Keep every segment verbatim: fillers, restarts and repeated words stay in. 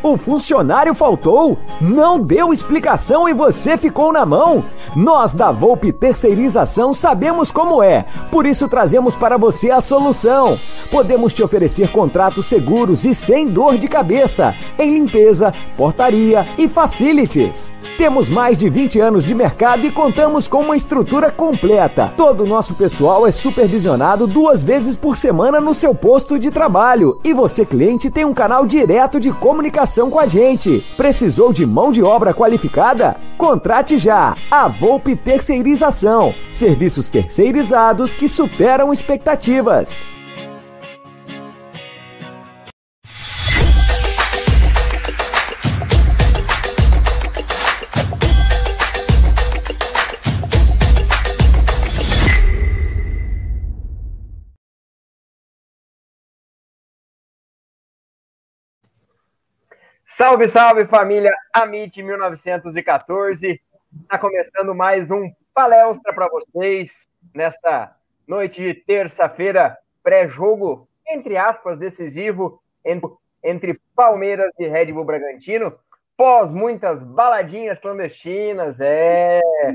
O funcionário faltou? Não deu explicação e você ficou na mão? Nós da Volpe Terceirização sabemos como é, por isso trazemos para você a solução. Podemos te oferecer contratos seguros e sem dor de cabeça, em limpeza, portaria e facilities. Temos mais de vinte anos de mercado e contamos com uma estrutura completa. Todo o nosso pessoal é supervisionado duas vezes por semana no seu posto de trabalho. E você, cliente, tem um canal direto de comunicação com a gente. Precisou de mão de obra qualificada? Contrate já a Volpe Terceirização. Serviços terceirizados que superam expectativas. Salve, salve, família Amit mil novecentos e quatorze. Está começando mais um palestra para vocês nesta noite de terça-feira, pré-jogo, entre aspas, decisivo entre, entre Palmeiras e Red Bull Bragantino, pós muitas baladinhas clandestinas. É, é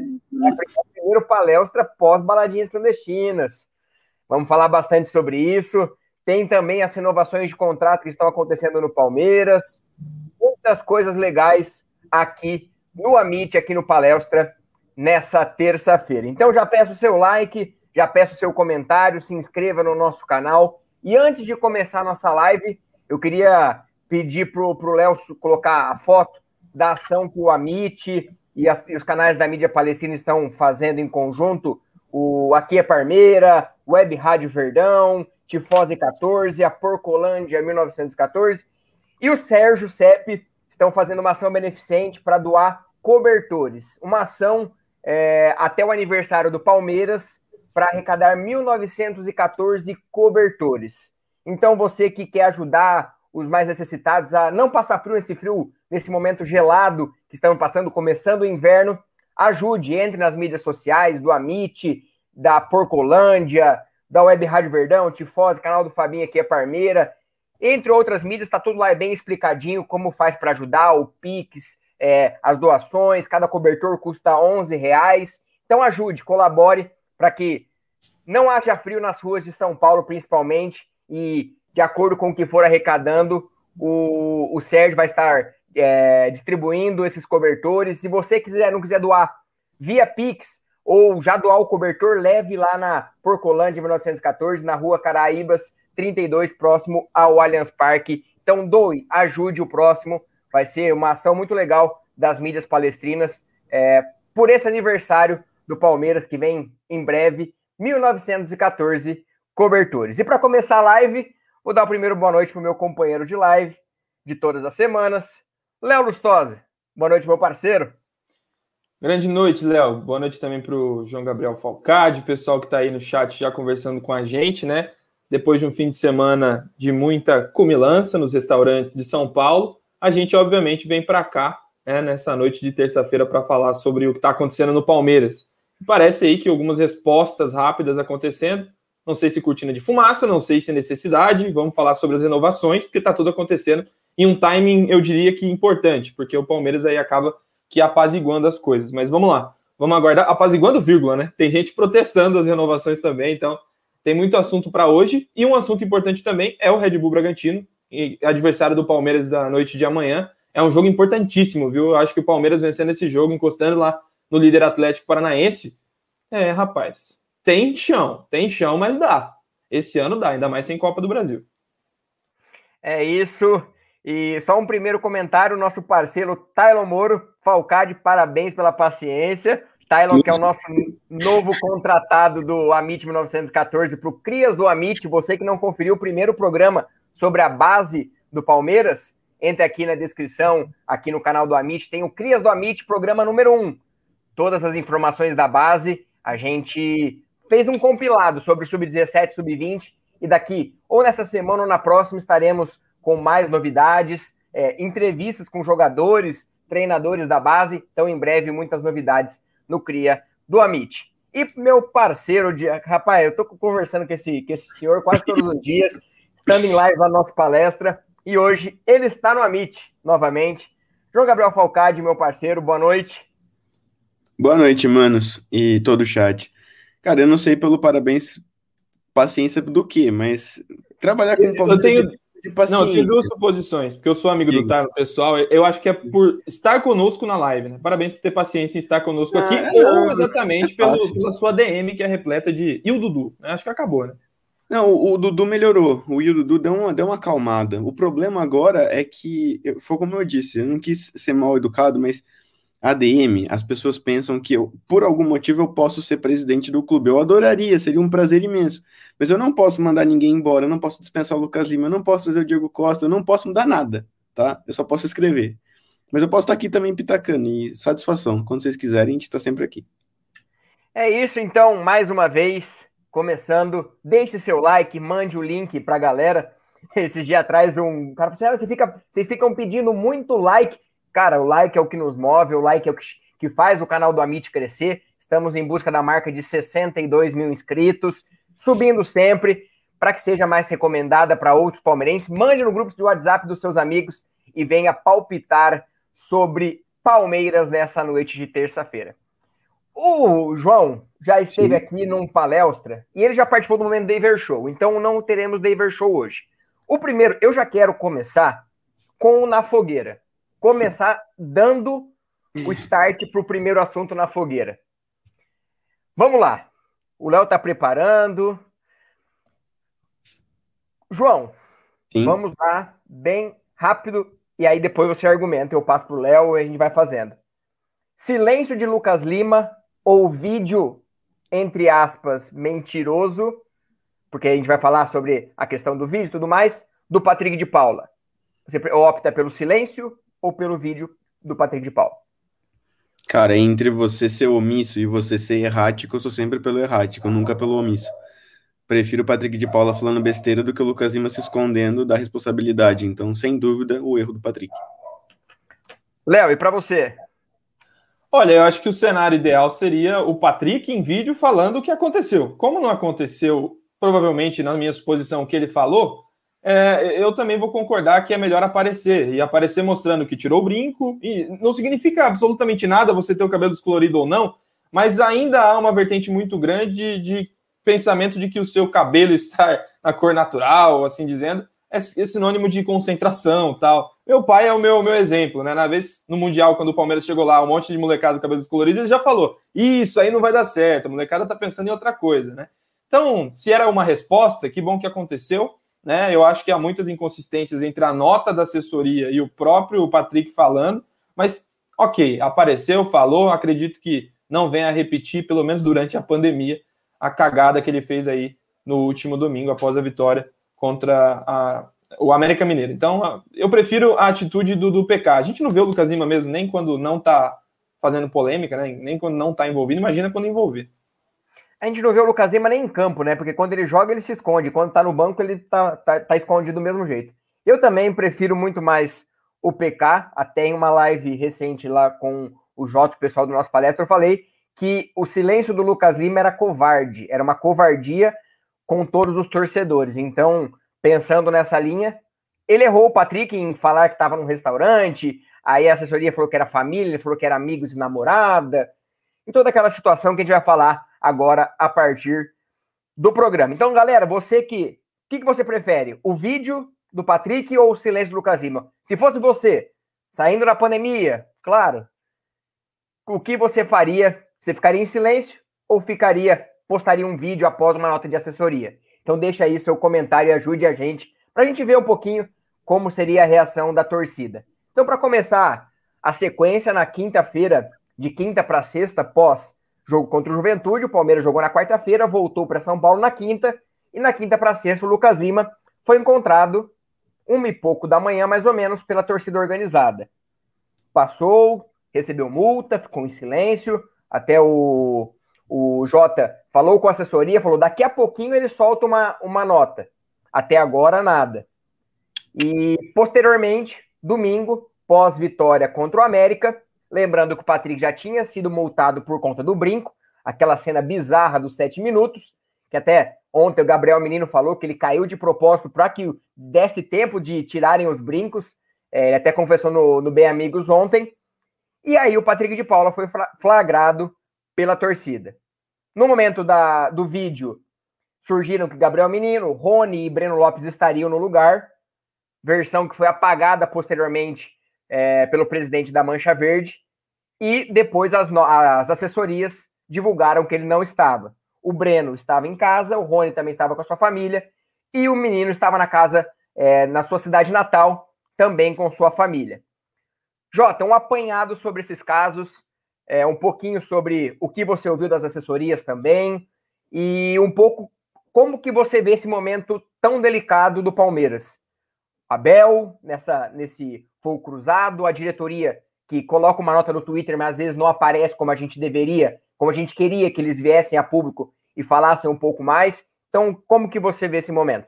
o primeiro palestra pós baladinhas clandestinas. Vamos falar bastante sobre isso. Tem também as renovações de contrato que estão acontecendo no Palmeiras. Muitas coisas legais aqui no Amit, aqui no Palestra, nessa terça-feira. Então já peço o seu like, já peço o seu comentário, se inscreva no nosso canal. E antes de começar a nossa live, eu queria pedir para o Léo colocar a foto da ação que o Amit e, as, e os canais da mídia palestrina estão fazendo em conjunto. O Aqui é Parmeira, Web Rádio Verdão, Tifose quatorze, a Porcolândia mil novecentos e quatorze e o Sérgio Sepp estão fazendo uma ação beneficente para doar cobertores. Uma ação é, até o aniversário do Palmeiras para arrecadar mil novecentos e quatorze cobertores. Então você que quer ajudar os mais necessitados a não passar frio nesse frio, nesse momento gelado que estamos passando, começando o inverno, ajude, entre nas mídias sociais do Amit, da Porcolândia, da Web Rádio Verdão, Tifose, canal do Fabinho Aqui é Parmeira, entre outras mídias, está tudo lá bem explicadinho como faz para ajudar, o Pix, é, as doações, cada cobertor custa onze reais. Então ajude, colabore para que não haja frio nas ruas de São Paulo, principalmente, e de acordo com o que for arrecadando, o, o Sérgio vai estar é, distribuindo esses cobertores. Se você quiser, não quiser doar via Pix ou já doar o cobertor, leve lá na Porcolândia mil novecentos e quatorze, na rua Caraíbas, trinta e dois, próximo ao Allianz Parque. Então doe, ajude o próximo, vai ser uma ação muito legal das mídias palestrinas, é, por esse aniversário do Palmeiras, que vem em breve, mil novecentos e quatorze cobertores. E para começar a live, vou dar o primeiro boa noite para o meu companheiro de live, de todas as semanas, Léo Lustosa. Boa noite, meu parceiro. Grande noite, Léo. Boa noite também para o João Gabriel Falcade, pessoal que está aí no chat já conversando com a gente, né? Depois de um fim de semana de muita comilança nos restaurantes de São Paulo, a gente, obviamente, vem para cá, né, nessa noite de terça-feira para falar sobre o que está acontecendo no Palmeiras. Parece aí que algumas respostas rápidas acontecendo, não sei se cortina de fumaça, não sei se necessidade, vamos falar sobre as renovações, porque está tudo acontecendo em um timing, eu diria que importante, porque o Palmeiras aí acaba que apaziguando as coisas. Mas vamos lá, vamos aguardar, apaziguando vírgula, né? Tem gente protestando as renovações também, então tem muito assunto para hoje, e um assunto importante também é o Red Bull Bragantino, adversário do Palmeiras da noite de amanhã. É um jogo importantíssimo, viu? Eu acho que o Palmeiras vencendo esse jogo, encostando lá no líder Atlético Paranaense, é, rapaz, tem chão, tem chão, mas dá. Esse ano dá, ainda mais sem Copa do Brasil. É isso, e só um primeiro comentário, nosso parceiro Taylor Moro, Falcade, parabéns pela paciência. Tylon, que é o nosso novo contratado do Amit mil novecentos e quatorze para o Crias do Amit. Você que não conferiu o primeiro programa sobre a base do Palmeiras, entre aqui na descrição, aqui no canal do Amit, tem o Crias do Amit, programa número um. Todas as informações da base, a gente fez um compilado sobre o sub dezessete, sub vinte, e daqui, ou nessa semana ou na próxima, estaremos com mais novidades, é, entrevistas com jogadores, treinadores da base. Então, em breve, muitas novidades no Cria do Amit. E meu parceiro, de... rapaz, eu tô conversando com esse, com esse senhor quase todos os dias, estando em live na nossa palestra, E hoje ele está no Amit, novamente. João Gabriel Falcade, meu parceiro, boa noite. Boa noite, manos, e todo o chat. Cara, eu não sei pelo parabéns, paciência do quê, mas trabalhar com eu, Palmeiras eu tenho, de paciência. Não, eu tenho duas suposições, porque eu sou amigo do Tarno, pessoal, eu acho que é por estar conosco na live, né? Parabéns por ter paciência em estar conosco aqui, ah, ou exatamente é pelo, pela sua D M, que é repleta de... E o Dudu, né? Acho que acabou, né? Não, o, o Dudu melhorou, o Will Dudu deu uma, deu uma acalmada. O problema agora é que, foi como eu disse, eu não quis ser mal educado, mas a D M, as pessoas pensam que eu, por algum motivo eu posso ser presidente do clube. Eu adoraria, seria um prazer imenso. Mas eu não posso mandar ninguém embora, eu não posso dispensar o Lucas Lima, eu não posso trazer o Diego Costa, eu não posso mudar nada, tá? Eu só posso escrever. Mas eu posso estar aqui também pitacando, e satisfação. Quando vocês quiserem, a gente está sempre aqui. É isso, então, mais uma vez, começando, deixe seu like, mande o link pra galera. Esses dias atrás, um cara falou assim, ah, você fica, vocês ficam pedindo muito like. Cara, o like é o que nos move, o like é o que, que faz o canal do Amit crescer. Estamos em busca da marca de sessenta e dois mil inscritos, subindo sempre, para que seja mais recomendada para outros palmeirenses. Mande no grupo de WhatsApp dos seus amigos e venha palpitar sobre Palmeiras nessa noite de terça-feira. O João já esteve Sim. aqui num palestra e ele já participou do Momento Daver Show, então não teremos Daver Show hoje. O primeiro, eu já quero começar com o Na Fogueira. Começar dando o start para o primeiro assunto na fogueira. Vamos lá. O Léo está preparando. João, Sim. vamos lá, bem rápido, e aí depois você argumenta, eu passo para o Léo e a gente vai fazendo. Silêncio de Lucas Lima ou vídeo, entre aspas, mentiroso, porque a gente vai falar sobre a questão do vídeo e tudo mais, do Patrick de Paula. Você opta pelo silêncio ou pelo vídeo do Patrick de Paula? Cara, entre você ser omisso e você ser errático, eu sou sempre pelo errático, nunca pelo omisso. Prefiro o Patrick de Paula falando besteira do que o Lucas Lima se escondendo da responsabilidade. Então, sem dúvida, o erro do Patrick. Léo, e para você? Olha, eu acho que o cenário ideal seria o Patrick em vídeo falando o que aconteceu. Como não aconteceu, provavelmente, na minha suposição, o que ele falou, É, eu também vou concordar que é melhor aparecer, e aparecer mostrando que tirou o brinco, e não significa absolutamente nada você ter o cabelo descolorido ou não, mas ainda há uma vertente muito grande de, de pensamento de que o seu cabelo estar na cor natural, assim dizendo, é, é sinônimo de concentração tal. Meu pai é o meu, meu exemplo, né? Na vez, no Mundial, quando o Palmeiras chegou lá, um monte de molecada do cabelo descolorido, ele já falou, isso aí não vai dar certo, a molecada tá pensando em outra coisa, né? Então, se era uma resposta, que bom que aconteceu. Né, eu acho que há muitas inconsistências entre a nota da assessoria e o próprio Patrick falando, mas ok, apareceu, falou, acredito que não venha a repetir, pelo menos durante a pandemia, a cagada que ele fez aí no último domingo, após a vitória contra a, o América Mineiro. Então, eu prefiro a atitude do, do P K. A gente não vê o Lucas Lima mesmo, nem quando não está fazendo polêmica, né, nem quando não está envolvido, imagina quando envolver. A gente não vê o Lucas Lima nem em campo, né? Porque quando ele joga, ele se esconde. Quando tá no banco, ele tá, tá, tá escondido do mesmo jeito. Eu também prefiro muito mais o P K. Até em uma live recente lá com o Jota, o pessoal do nosso palestra, eu falei que o silêncio do Lucas Lima era covarde. Era uma covardia com todos os torcedores. Então, pensando nessa linha, ele errou o Patrick em falar que estava num restaurante, aí a assessoria falou que era família, ele falou que era amigos e namorada, e toda aquela situação que a gente vai falar agora a partir do programa. Então, galera, você que... O que, que você prefere? O vídeo do Patrick ou o silêncio do Lucas Lima? Se fosse você, saindo da pandemia, claro, o que você faria? Você ficaria em silêncio ou ficaria, postaria um vídeo após uma nota de assessoria? Então deixa aí seu comentário e ajude a gente, para a gente ver um pouquinho como seria a reação da torcida. Então, para começar a sequência, na quinta-feira, de quinta para sexta, pós jogo contra o Juventude, o Palmeiras jogou na quarta-feira, voltou para São Paulo na quinta, e na quinta para sexta o Lucas Lima foi encontrado uma e pouco da manhã, mais ou menos, pela torcida organizada. Passou, recebeu multa, ficou em silêncio, até o, o Jota falou com a assessoria, falou, daqui a pouquinho ele solta uma, uma nota. Até agora, nada. E, posteriormente, domingo, pós-vitória contra o América, lembrando que o Patrick já tinha sido multado por conta do brinco, aquela cena bizarra dos sete minutos, que até ontem o Gabriel Menino falou que ele caiu de propósito para que desse tempo de tirarem os brincos. É, ele até confessou no, no Bem Amigos ontem. E aí o Patrick de Paula foi flagrado pela torcida. No momento da, do vídeo, surgiram que Gabriel Menino, Rony e Breno Lopes estariam no lugar, versão que foi apagada posteriormente é, pelo presidente da Mancha Verde, e depois as, as assessorias divulgaram que ele não estava. O Breno estava em casa, o Rony também estava com a sua família, e o menino estava na casa, é, na sua cidade natal, também com sua família. Jota, um apanhado sobre esses casos, é, um pouquinho sobre o que você ouviu das assessorias também, e um pouco como que você vê esse momento tão delicado do Palmeiras. Abel, nessa, nesse fogo cruzado, a diretoria que coloca uma nota no Twitter, mas às vezes não aparece como a gente deveria, como a gente queria que eles viessem a público e falassem um pouco mais. Então, como que você vê esse momento?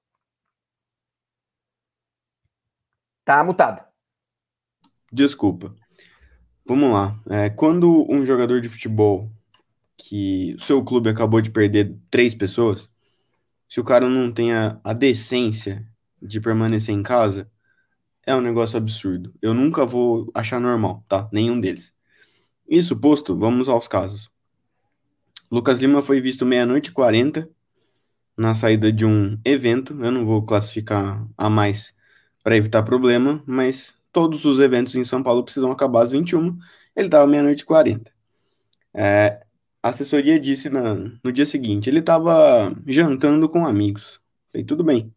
Tá mutado. Desculpa. Vamos lá. É, quando um jogador de futebol que o seu clube acabou de perder três pessoas, se o cara não tem a, a decência de permanecer em casa, é um negócio absurdo. Eu nunca vou achar normal, tá? Nenhum deles. Isso posto, vamos aos casos. Lucas Lima foi visto meia-noite e quarenta na saída de um evento. Eu não vou classificar a mais para evitar problema, mas todos os eventos em São Paulo precisam acabar às vinte e uma. Ele estava meia-noite e quarenta. É, a assessoria disse na, no dia seguinte, ele estava jantando com amigos. Falei, tudo bem.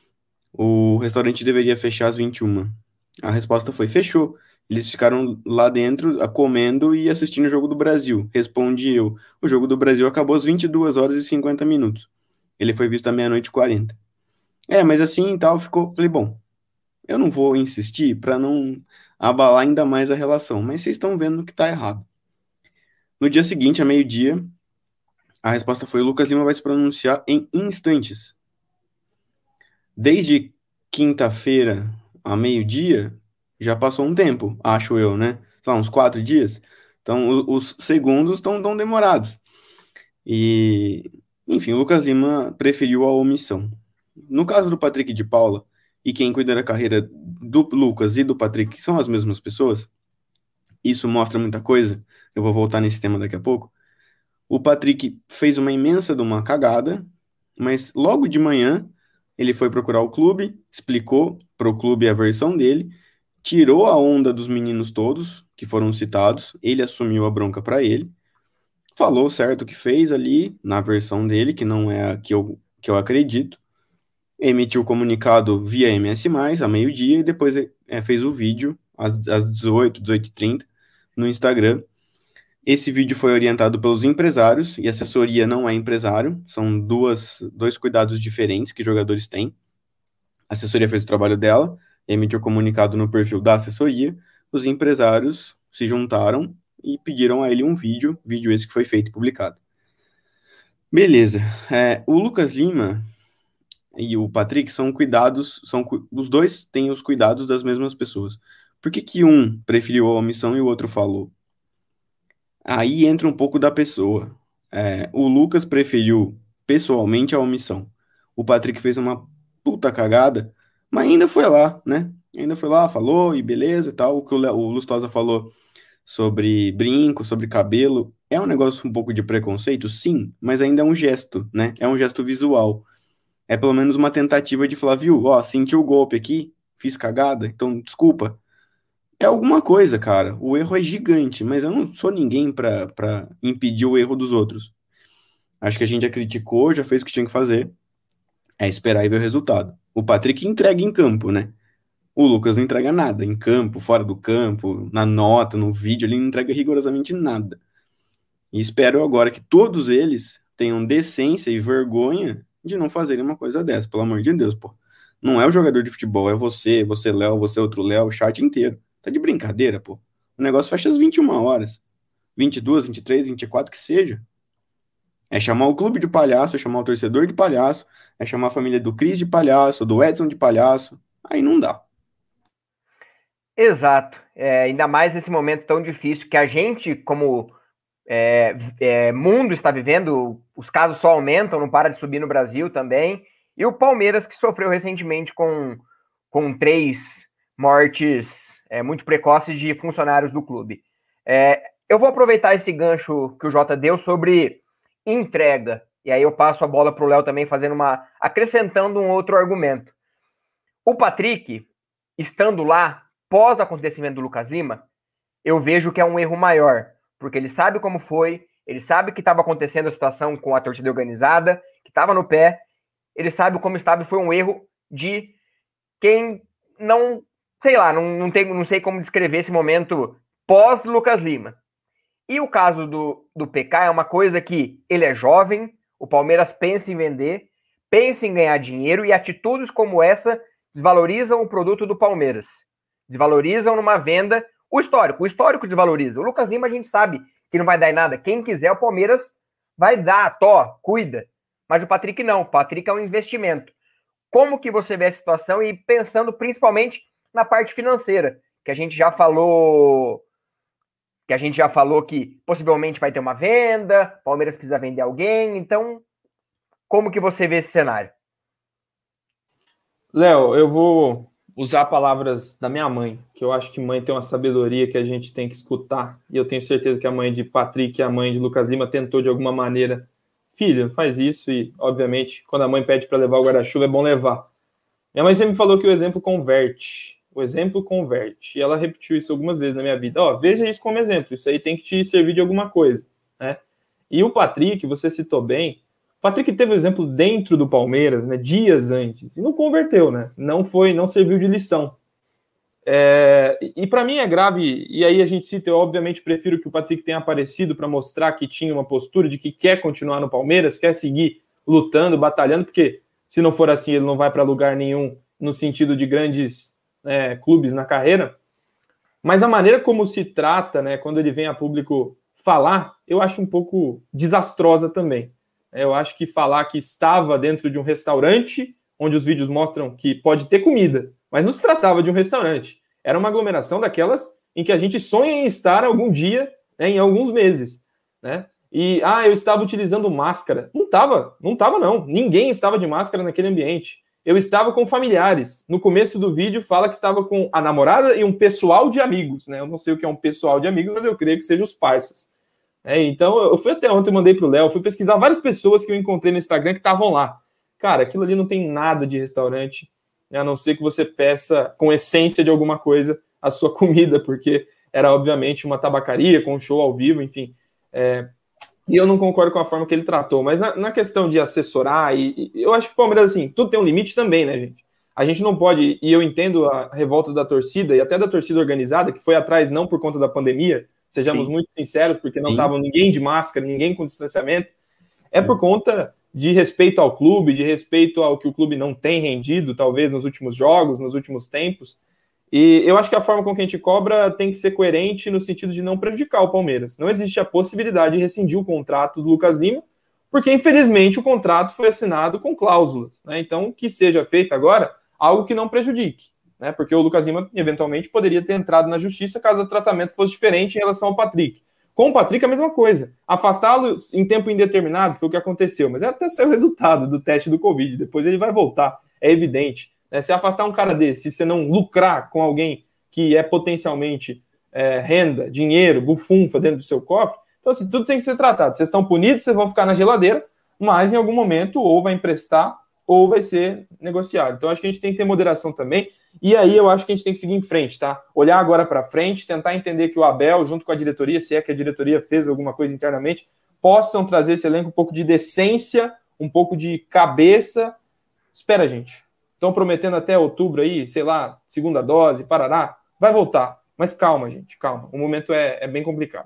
O restaurante deveria fechar às vinte e uma. A resposta foi, fechou. Eles ficaram lá dentro, comendo e assistindo o Jogo do Brasil. Respondi eu. O Jogo do Brasil acabou às vinte e duas horas e cinquenta minutos. Ele foi visto à meia-noite e quarenta. É, mas assim e tal, ficou... Falei, bom, eu não vou insistir para não abalar ainda mais a relação, mas vocês estão vendo que tá errado. No dia seguinte, a meio-dia, a resposta foi, o Lucas Lima vai se pronunciar em instantes. Desde quinta-feira a meio-dia, já passou um tempo, acho eu, né? Sei lá, uns quatro dias. Então, os segundos estão tão demorados. E, enfim, o Lucas Lima preferiu a omissão. No caso do Patrick de Paula, e quem cuida da carreira do Lucas e do Patrick são as mesmas pessoas, isso mostra muita coisa. Eu vou voltar nesse tema daqui a pouco. O Patrick fez uma imensa de uma cagada, mas logo de manhã ele foi procurar o clube, explicou para o clube a versão dele, tirou a onda dos meninos todos que foram citados, ele assumiu a bronca para ele, falou certo o que fez ali, na versão dele, que não é a que eu, que eu acredito, emitiu o comunicado via M S mais, a meio-dia, e depois é, fez o vídeo às, às dezoito, dezoito e trinta, no Instagram. Esse vídeo foi orientado pelos empresários, e assessoria não é empresário, são duas, dois cuidados diferentes que jogadores têm. A assessoria fez o trabalho dela, emitiu comunicado no perfil da assessoria, os empresários se juntaram e pediram a ele um vídeo, vídeo esse que foi feito e publicado. Beleza, é, o Lucas Lima e o Patrick são cuidados, são, os dois têm os cuidados das mesmas pessoas. Por que que um preferiu a omissão e o outro falou? Aí entra um pouco da pessoa. É, o Lucas preferiu pessoalmente a omissão. O Patrick fez uma puta cagada, mas ainda foi lá, né? Ainda foi lá, falou e beleza e tal. O que o, o Lustosa falou sobre brinco, sobre cabelo, é um negócio um pouco de preconceito, sim, mas ainda é um gesto, né? É um gesto visual. É pelo menos uma tentativa de falar, viu, ó, senti o golpe aqui, fiz cagada, então desculpa. É alguma coisa, cara. O erro é gigante, mas eu não sou ninguém pra, pra impedir o erro dos outros. Acho que a gente já criticou, já fez o que tinha que fazer. É esperar e ver o resultado. O Patrick entrega em campo, né? O Lucas não entrega nada. Em campo, fora do campo, na nota, no vídeo, ele não entrega rigorosamente nada. E espero agora que todos eles tenham decência e vergonha de não fazerem uma coisa dessa, pelo amor de Deus, pô. Não é o jogador de futebol, é você, você Léo, você outro Léo, o chat inteiro. Tá de brincadeira, pô. O negócio fecha às vinte e uma horas. vinte e duas, vinte e três, vinte e quatro, que seja. É chamar o clube de palhaço, é chamar o torcedor de palhaço, é chamar a família do Cris de palhaço, do Edson de palhaço. Aí não dá. Exato. É, ainda mais nesse momento tão difícil que a gente, como é, é, mundo está vivendo, os casos só aumentam, não para de subir no Brasil também, e o Palmeiras que sofreu recentemente com, com três mortes é, muito precoces de funcionários do clube. É, eu vou aproveitar esse gancho que o Jota deu sobre entrega, e aí eu passo a bola para o Léo também fazendo uma, acrescentando um outro argumento. O Patrick, estando lá, pós o acontecimento do Lucas Lima, eu vejo que é um erro maior, porque ele sabe como foi, ele sabe que estava acontecendo a situação com a torcida organizada, que estava no pé, ele sabe como estava e foi um erro de quem não, sei lá, não, não, tem, não sei como descrever esse momento pós-Lucas Lima. E o caso do, do P K é uma coisa que ele é jovem, o Palmeiras pensa em vender, pensa em ganhar dinheiro, e atitudes como essa desvalorizam o produto do Palmeiras. Desvalorizam numa venda o histórico. O histórico desvaloriza. O Lucas Lima a gente sabe que não vai dar em nada. Quem quiser, o Palmeiras vai dar, tó, cuida. Mas o Patrick não. O Patrick é um investimento. Como que você vê a situação e pensando principalmente na parte financeira, que a gente já falou... que a gente já falou que possivelmente vai ter uma venda, o Palmeiras precisa vender alguém, então como que você vê esse cenário? Léo, eu vou usar palavras da minha mãe, que eu acho que mãe tem uma sabedoria que a gente tem que escutar, e eu tenho certeza que a mãe de Patrick e a mãe de Lucas Lima tentou de alguma maneira, filho, faz isso, e obviamente quando a mãe pede para levar o guarda-chuva é bom levar. Minha mãe sempre falou que o exemplo converte, o exemplo converte, e ela repetiu isso algumas vezes na minha vida. Ó, veja isso como exemplo, isso aí tem que te servir de alguma coisa, né? E o Patrick, você citou bem, o Patrick teve o exemplo dentro do Palmeiras, né, dias antes, e não converteu, né? Não foi, não serviu de lição. É, e para mim é grave, e aí a gente cita, eu obviamente prefiro que o Patrick tenha aparecido para mostrar que tinha uma postura de que quer continuar no Palmeiras, quer seguir lutando, batalhando, porque se não for assim, ele não vai para lugar nenhum no sentido de grandes É, clubes na carreira, mas a maneira como se trata, né, quando ele vem a público falar, eu acho um pouco desastrosa também. Eu acho que falar que estava dentro de um restaurante, onde os vídeos mostram que pode ter comida, mas não se tratava de um restaurante. Era uma aglomeração daquelas em que a gente sonha em estar algum dia, né, em alguns meses, né? E, ah, eu estava utilizando máscara. Não estava, não estava não. Ninguém estava de máscara naquele ambiente. Eu estava com familiares. No começo do vídeo fala que estava com a namorada e um pessoal de amigos, né? Eu não sei o que é um pessoal de amigos, mas eu creio que seja os parceiros. É, então, eu fui até ontem, mandei para o Léo, fui pesquisar várias pessoas que eu encontrei no Instagram que estavam lá. Cara, aquilo ali não tem nada de restaurante, né? A não ser que você peça com essência de alguma coisa a sua comida, porque era, obviamente, uma tabacaria com um show ao vivo, enfim. É, e eu não concordo com a forma que ele tratou, mas na, na questão de assessorar, e, e eu acho que o Palmeiras, assim, tudo tem um limite também, né, gente? A gente não pode, e eu entendo a revolta da torcida, e até da torcida organizada, que foi atrás não por conta da pandemia, sejamos Sim. muito sinceros, porque não estava ninguém de máscara, ninguém com distanciamento, é por conta de respeito ao clube, de respeito ao que o clube não tem rendido, talvez, nos últimos jogos, nos últimos tempos. E eu acho que a forma com que a gente cobra tem que ser coerente no sentido de não prejudicar o Palmeiras. Não existe a possibilidade de rescindir o contrato do Lucas Lima, porque, infelizmente, o contrato foi assinado com cláusulas, né? Então, que seja feito agora algo que não prejudique, né? Porque o Lucas Lima, eventualmente, poderia ter entrado na justiça caso o tratamento fosse diferente em relação ao Patrick. Com o Patrick, a mesma coisa. Afastá-lo em tempo indeterminado foi o que aconteceu, mas é até ser o resultado do teste do Covid. Depois ele vai voltar, é evidente. Se afastar um cara desse, se você não lucrar com alguém que é potencialmente é, renda, dinheiro, bufunfa dentro do seu cofre, então assim, tudo tem que ser tratado. Vocês estão punidos, vocês vão ficar na geladeira, mas em algum momento ou vai emprestar ou vai ser negociado. Então acho que a gente tem que ter moderação também, e aí eu acho que a gente tem que seguir em frente, tá? Olhar agora para frente, tentar entender que o Abel, junto com a diretoria, se é que a diretoria fez alguma coisa internamente, possam trazer esse elenco um pouco de decência, um pouco de cabeça. Espera, gente. Estão prometendo até outubro aí, sei lá, segunda dose, parará, vai voltar. Mas calma, gente, calma. O momento é, é bem complicado.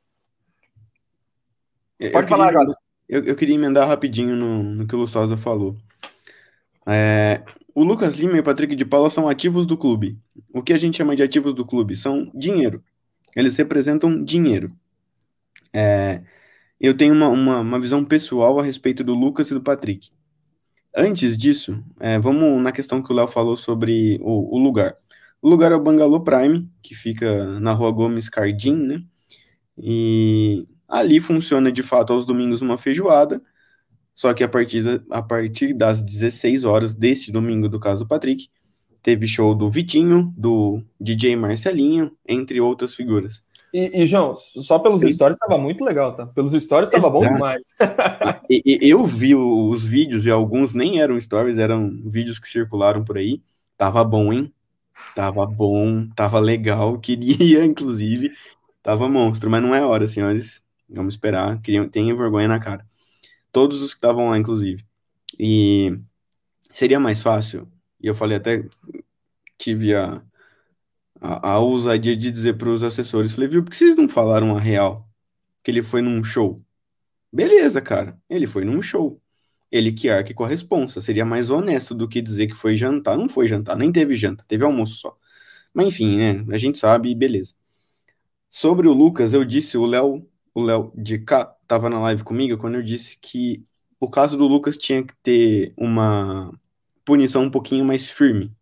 Pode eu falar, Jota. Eu, eu queria emendar rapidinho no, no que o Lustosa falou. É, o Lucas Lima e o Patrick de Paula são ativos do clube. O que a gente chama de ativos do clube são dinheiro. Eles representam dinheiro. É, eu tenho uma, uma, uma visão pessoal a respeito do Lucas e do Patrick. Antes disso, é, vamos na questão que o Léo falou sobre o, o lugar. O lugar é o Bangalô Prime, que fica na Rua Gomes Cardim, né? E Ali funciona de fato aos domingos uma feijoada, só que a partir, da, a partir das dezesseis horas deste domingo, do caso do Patrick, teve show do Vitinho, do D J Marcelinho, entre outras figuras. E, e João, só pelos Sim. stories estava muito legal, tá? Pelos stories estava bom demais. e, e, eu vi os vídeos, e alguns nem eram stories, eram vídeos que circularam por aí. Tava bom, hein? Tava bom, tava legal, queria, inclusive, tava monstro, mas não é hora, senhores. Vamos esperar, queriam, tenham vergonha na cara. Todos os que estavam lá, inclusive. E seria mais fácil, e eu falei até, tive a A, a ousadia de dizer para os assessores, falei, viu, por que vocês não falaram a real? Que ele foi num show. Beleza, cara, ele foi num show. Ele que arque com a responsa. Seria mais honesto do que dizer que foi jantar. Não foi jantar, nem teve janta, teve almoço só. Mas enfim, né, a gente sabe, beleza. Sobre o Lucas, eu disse, o Léo, o Léo de cá, tava na live comigo, quando eu disse que o caso do Lucas tinha que ter uma punição um pouquinho mais firme.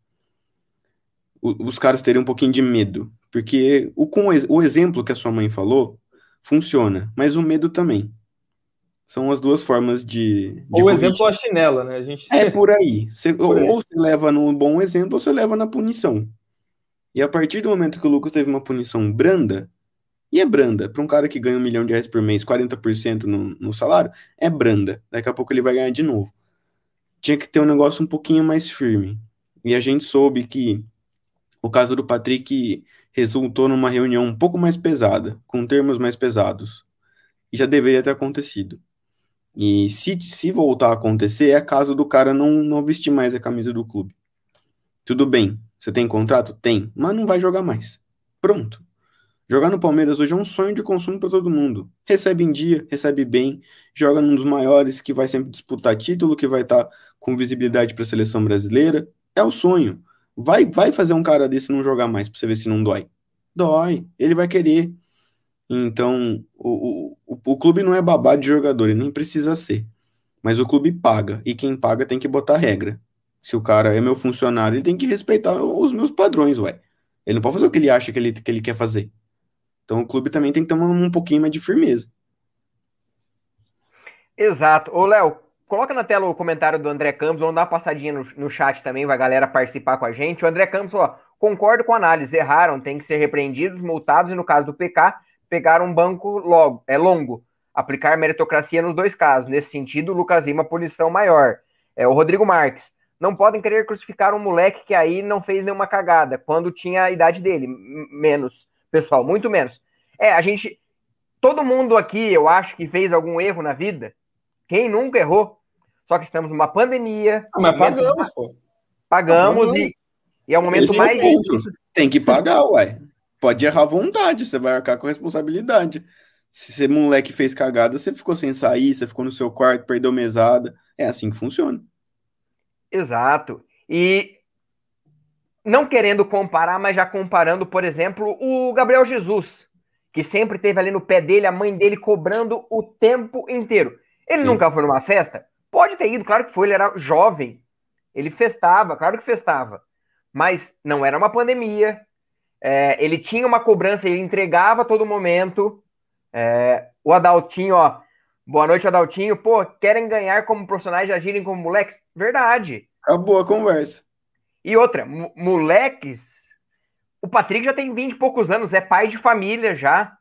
Os caras teriam um pouquinho de medo, porque o, com o exemplo que a sua mãe falou funciona, mas o medo também. São as duas formas de... de ou o corrigir. exemplo é a chinela, né? A gente... É por aí. Você, por aí. Ou você leva no bom exemplo, ou você leva na punição. E a partir do momento que o Lucas teve uma punição branda, e é branda, para um cara que ganha um milhão de reais por mês, quarenta por cento no, no salário, é branda. Daqui a pouco ele vai ganhar de novo. Tinha que ter um negócio um pouquinho mais firme. E a gente soube que o caso do Patrick resultou numa reunião um pouco mais pesada, com termos mais pesados. E já deveria ter acontecido. E se, se voltar a acontecer, é caso do cara não, não vestir mais a camisa do clube. Tudo bem, você tem contrato? Tem, mas não vai jogar mais. Pronto. Jogar no Palmeiras hoje é um sonho de consumo para todo mundo. Recebe em dia, recebe bem, joga num dos maiores que vai sempre disputar título, que vai estar com visibilidade para a seleção brasileira. É o sonho. Vai, vai fazer um cara desse não jogar mais pra você ver se não dói. Dói, ele vai querer. Então, o, o, o clube não é babá de jogador, ele nem precisa ser. Mas o clube paga, e quem paga tem que botar regra. Se o cara é meu funcionário, ele tem que respeitar os meus padrões, ué. Ele não pode fazer o que ele acha que ele, que ele quer fazer. Então o clube também tem que ter um, um pouquinho mais de firmeza. Exato. Ô, Léo, coloca na tela o comentário do André Campos, vamos dar uma passadinha no, no chat também, vai a galera participar com a gente. O André Campos falou, concordo com a análise, erraram, tem que ser repreendidos, multados, e no caso do P K, pegar um banco logo, é longo, aplicar meritocracia nos dois casos. Nesse sentido, o Lucas Lima, punição maior. É, o Rodrigo Marques, não podem querer crucificar um moleque que aí não fez nenhuma cagada, quando tinha a idade dele, menos, pessoal, muito menos. É, a gente, todo mundo aqui, eu acho que fez algum erro na vida, quem nunca errou? Só que estamos numa pandemia. Ah, mas pagamos, pô. Pagamos, pagamos. E, e é o momento Esse mais é o difícil. Tem que pagar, ué. Pode errar à vontade, você vai arcar com a responsabilidade. Se você moleque fez cagada, você ficou sem sair, você ficou no seu quarto, perdeu mesada. É assim que funciona. Exato. E não querendo comparar, mas já comparando, por exemplo, o Gabriel Jesus, que sempre teve ali no pé dele, a mãe dele cobrando o tempo inteiro. Ele Sim. nunca foi numa festa? Pode ter ido, claro que foi, ele era jovem. Ele festava, claro que festava. Mas não era uma pandemia. É, ele tinha uma cobrança, ele entregava a todo momento. É, o Adaltinho, ó. Boa noite, Adaltinho. Pô, querem ganhar como profissionais e agirem como moleques? Verdade. Acabou a conversa. E outra, moleques... O Patrick já tem vinte e poucos anos, é pai de família já.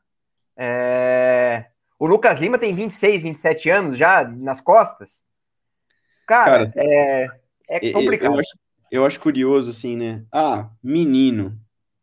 É... O Lucas Lima tem vinte e seis, vinte e sete anos já nas costas. Cara, Cara é, é complicado. Eu, eu, acho, eu acho curioso, assim, né? Ah, menino.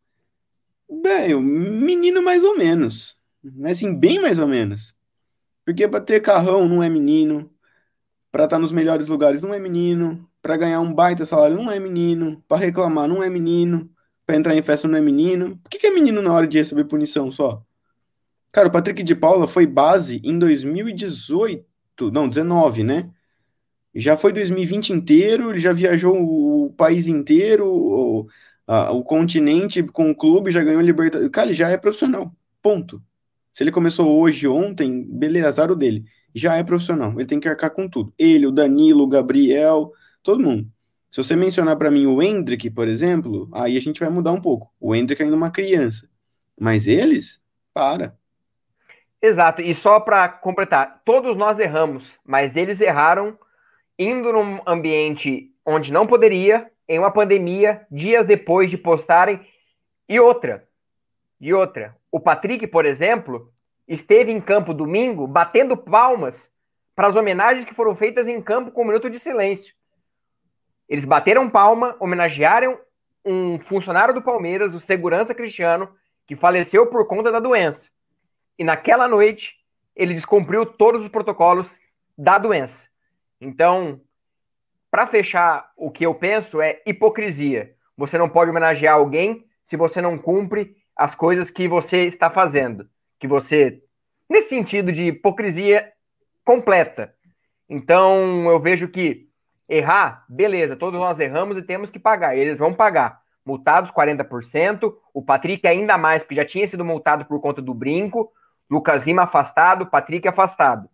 Bem, menino mais ou menos. Assim, bem mais ou menos. Porque pra ter carrão não é menino. Pra estar nos melhores lugares não é menino. Pra ganhar um baita salário não é menino. Pra reclamar não é menino. Pra entrar em festa não é menino. Por que, que é menino na hora de receber punição só? Cara, o Patrick de Paula foi base em dois mil e dezoito, não, dezenove, né? Já foi dois mil e vinte inteiro, ele já viajou o país inteiro, o, a, o continente com o clube, já ganhou a Libertadores. Cara, ele já é profissional, ponto. Se ele começou hoje, ontem, beleza, azar o dele. Já é profissional, ele tem que arcar com tudo. Ele, o Danilo, o Gabriel, todo mundo. Se você mencionar para mim o Hendrick, por exemplo, aí a gente vai mudar um pouco. O Hendrick ainda é uma criança. Mas eles, para. Exato, e só para completar, todos nós erramos, mas eles erraram indo num ambiente onde não poderia, em uma pandemia, dias depois de postarem. E outra, e outra, o Patrick, por exemplo, esteve em campo domingo batendo palmas para as homenagens que foram feitas em campo com um minuto de silêncio. Eles bateram palma, homenagearam um funcionário do Palmeiras, o segurança Cristiano, que faleceu por conta da doença. E naquela noite, ele descumpriu todos os protocolos da doença. Então, para fechar, o que eu penso é hipocrisia. Você não pode homenagear alguém se você não cumpre as coisas que você está fazendo. Que você, nesse sentido de hipocrisia completa. Então, eu vejo que errar, beleza, todos nós erramos e temos que pagar. Eles vão pagar. Multados quarenta por cento, o Patrick ainda mais, porque já tinha sido multado por conta do brinco. Lucas Lima afastado, Patrick afastado.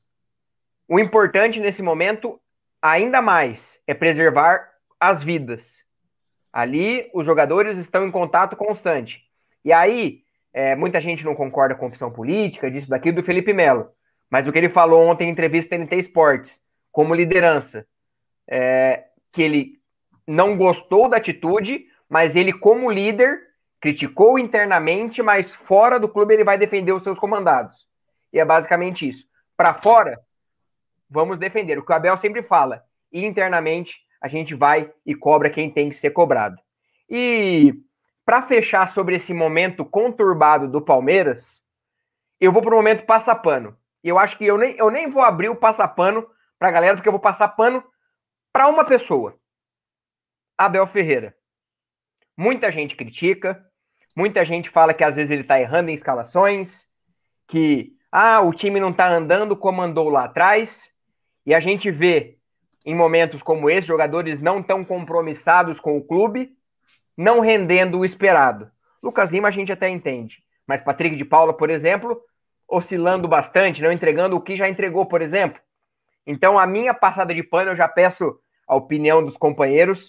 O importante nesse momento, ainda mais, é preservar as vidas. Ali, os jogadores estão em contato constante. E aí, é, muita gente não concorda com a opção política, disso daqui do Felipe Melo. Mas o que ele falou ontem em entrevista T N T Sports, como liderança, é, que ele não gostou da atitude, mas ele, como líder, criticou internamente, mas fora do clube ele vai defender os seus comandados. E é basicamente isso. Para fora, vamos defender. O que o Abel sempre fala. E internamente, a gente vai e cobra quem tem que ser cobrado. E para fechar sobre esse momento conturbado do Palmeiras, eu vou para o momento passapano. E eu acho que eu nem, eu nem vou abrir o passapano para a galera, porque eu vou passar pano para uma pessoa. Abel Ferreira. Muita gente critica, muita gente fala que às vezes ele está errando em escalações, que ah, o time não está andando como andou lá atrás, e a gente vê em momentos como esse, jogadores não tão compromissados com o clube, não rendendo o esperado. Lucas Lima a gente até entende, mas Patrick de Paula, por exemplo, oscilando bastante, não entregando o que já entregou, por exemplo. Então a minha passada de pano, eu já peço a opinião dos companheiros.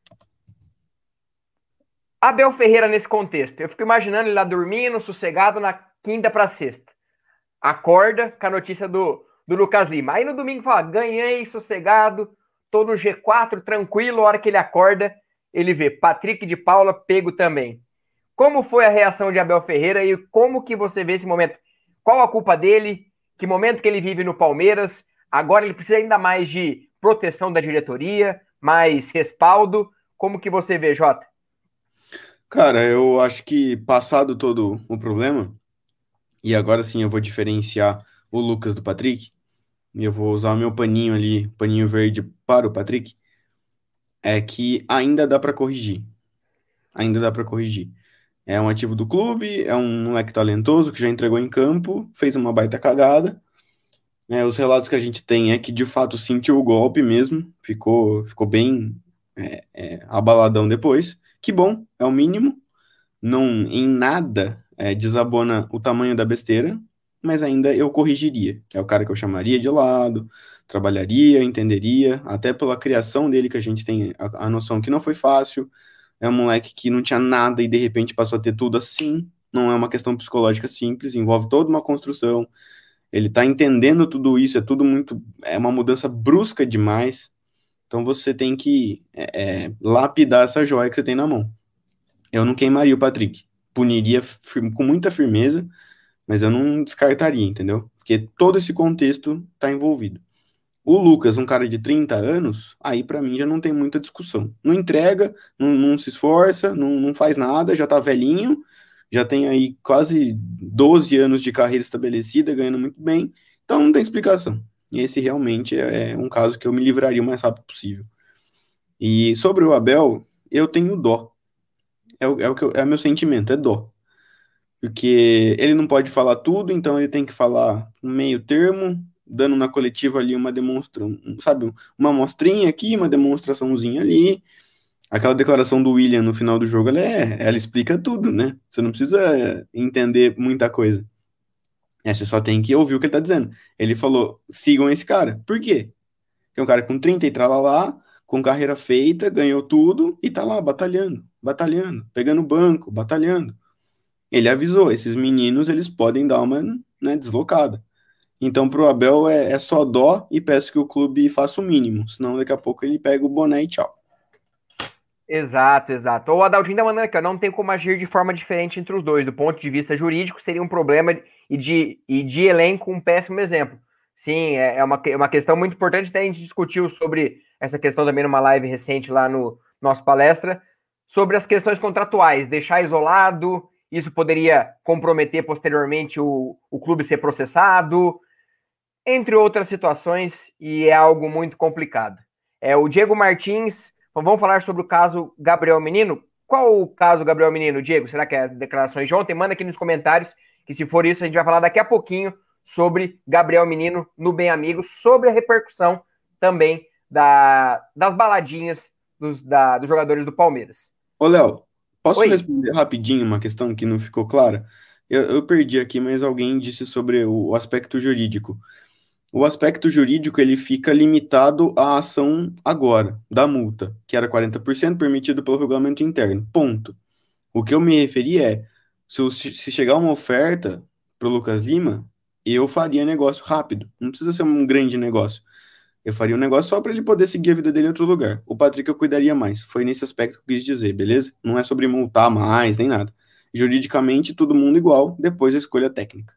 Abel Ferreira nesse contexto, eu fico imaginando ele lá dormindo, sossegado na quinta para sexta. Acorda com a notícia do, do Lucas Lima. Aí no domingo fala, ganhei, sossegado, tô no G quatro, tranquilo. A hora que ele acorda, ele vê Patrick de Paula pego também. Como foi a reação de Abel Ferreira e como que você vê esse momento? Qual a culpa dele? Que momento que ele vive no Palmeiras? Agora ele precisa ainda mais de proteção da diretoria, mais respaldo. Como que você vê, Jota? Cara, eu acho que passado todo o problema, e agora sim eu vou diferenciar o Lucas do Patrick, e eu vou usar o meu paninho ali, paninho verde para o Patrick, é que ainda dá para corrigir. Ainda dá para corrigir. É um ativo do clube, é um moleque talentoso que já entregou em campo, fez uma baita cagada. É, os relatos que a gente tem é que de fato sentiu o golpe mesmo, ficou, ficou bem é, é, abaladão depois. Que bom, é o mínimo. Não em nada é, desabona o tamanho da besteira, mas ainda eu corrigiria. É o cara que eu chamaria de lado, trabalharia, entenderia, até pela criação dele que a gente tem a, a noção que não foi fácil. É um moleque que não tinha nada e de repente passou a ter tudo assim. Não é uma questão psicológica simples, envolve toda uma construção. Ele tá entendendo tudo isso, é tudo muito... É uma mudança brusca demais. Então você tem que é, é, lapidar essa joia que você tem na mão. Eu não queimaria o Patrick. Puniria fir- com muita firmeza, mas eu não descartaria, entendeu? Porque todo esse contexto tá envolvido. O Lucas, um cara de trinta anos, aí pra mim já não tem muita discussão. Não entrega, não, não se esforça, não, não faz nada, já tá velhinho, já tem aí quase doze anos de carreira estabelecida, ganhando muito bem, então não tem explicação. E esse realmente é um caso que eu me livraria o mais rápido possível. E sobre o Abel, eu tenho dó. É o, é o que eu- é o meu sentimento, é dó. Porque ele não pode falar tudo, então ele tem que falar um meio termo, dando na coletiva ali uma demonstração, sabe, uma amostrinha aqui, uma demonstraçãozinha ali. Aquela declaração do William no final do jogo, ela, é, ela explica tudo, né? Você não precisa entender muita coisa. É, você só tem que ouvir o que ele tá dizendo. Ele falou, sigam esse cara. Por quê? Que é um cara com trinta e tralalá, com carreira feita, ganhou tudo e tá lá batalhando, batalhando, pegando banco, batalhando. Ele avisou, esses meninos, eles podem dar uma, né, deslocada. Então, pro Abel é, é só dó e peço que o clube faça o mínimo, senão daqui a pouco ele pega o boné e tchau. Exato, exato. O Adaldinho tá mandando aqui, ó, não tem como agir de forma diferente entre os dois. Do ponto de vista jurídico, seria um problema e de, e de elenco um péssimo exemplo. Sim, é, é uma, é uma questão muito importante, até a gente discutiu sobre essa questão também numa live recente lá no nosso palestra, sobre as questões contratuais, deixar isolado, isso poderia comprometer posteriormente o, o clube ser processado, entre outras situações, e é algo muito complicado. É, o Diego Martins... Vamos falar sobre o caso Gabriel Menino? Qual o caso Gabriel Menino, Diego? Será que é declarações de ontem? Manda aqui nos comentários, que se for isso, a gente vai falar daqui a pouquinho sobre Gabriel Menino no Bem Amigos, sobre a repercussão também da, das baladinhas dos, da, dos jogadores do Palmeiras. Ô, Léo, posso Oi? responder rapidinho uma questão que não ficou clara? Eu, eu perdi aqui, mas alguém disse sobre o, o aspecto jurídico. O aspecto jurídico, ele fica limitado à ação agora, da multa, que era quarenta por cento permitido pelo regulamento interno, ponto. O que eu me referi é, se, eu- se chegar uma oferta pro Lucas Lima, eu faria negócio rápido, não precisa ser um grande negócio. Eu faria um negócio só para ele poder seguir a vida dele em outro lugar. O Patrick eu cuidaria mais, foi nesse aspecto que eu quis dizer, beleza? Não é sobre multar mais, nem nada. Juridicamente, todo mundo igual, depois a escolha técnica.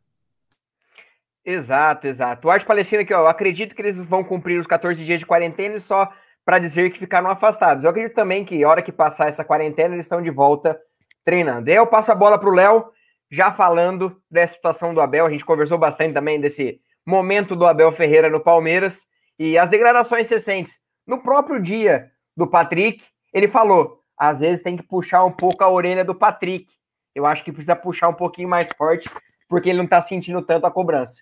Exato, exato. O Arte Palestina aqui, ó, eu acredito que eles vão cumprir os quatorze dias de quarentena e só para dizer que ficaram afastados. Eu acredito também que, a hora que passar essa quarentena, eles estão de volta treinando. E aí eu passo a bola para o Léo, já falando dessa situação do Abel. A gente conversou bastante também desse momento do Abel Ferreira no Palmeiras e as declarações recentes. No próprio dia do Patrick, ele falou, às vezes tem que puxar um pouco a orelha do Patrick. Eu acho que precisa puxar um pouquinho mais forte, porque ele não está sentindo tanto a cobrança.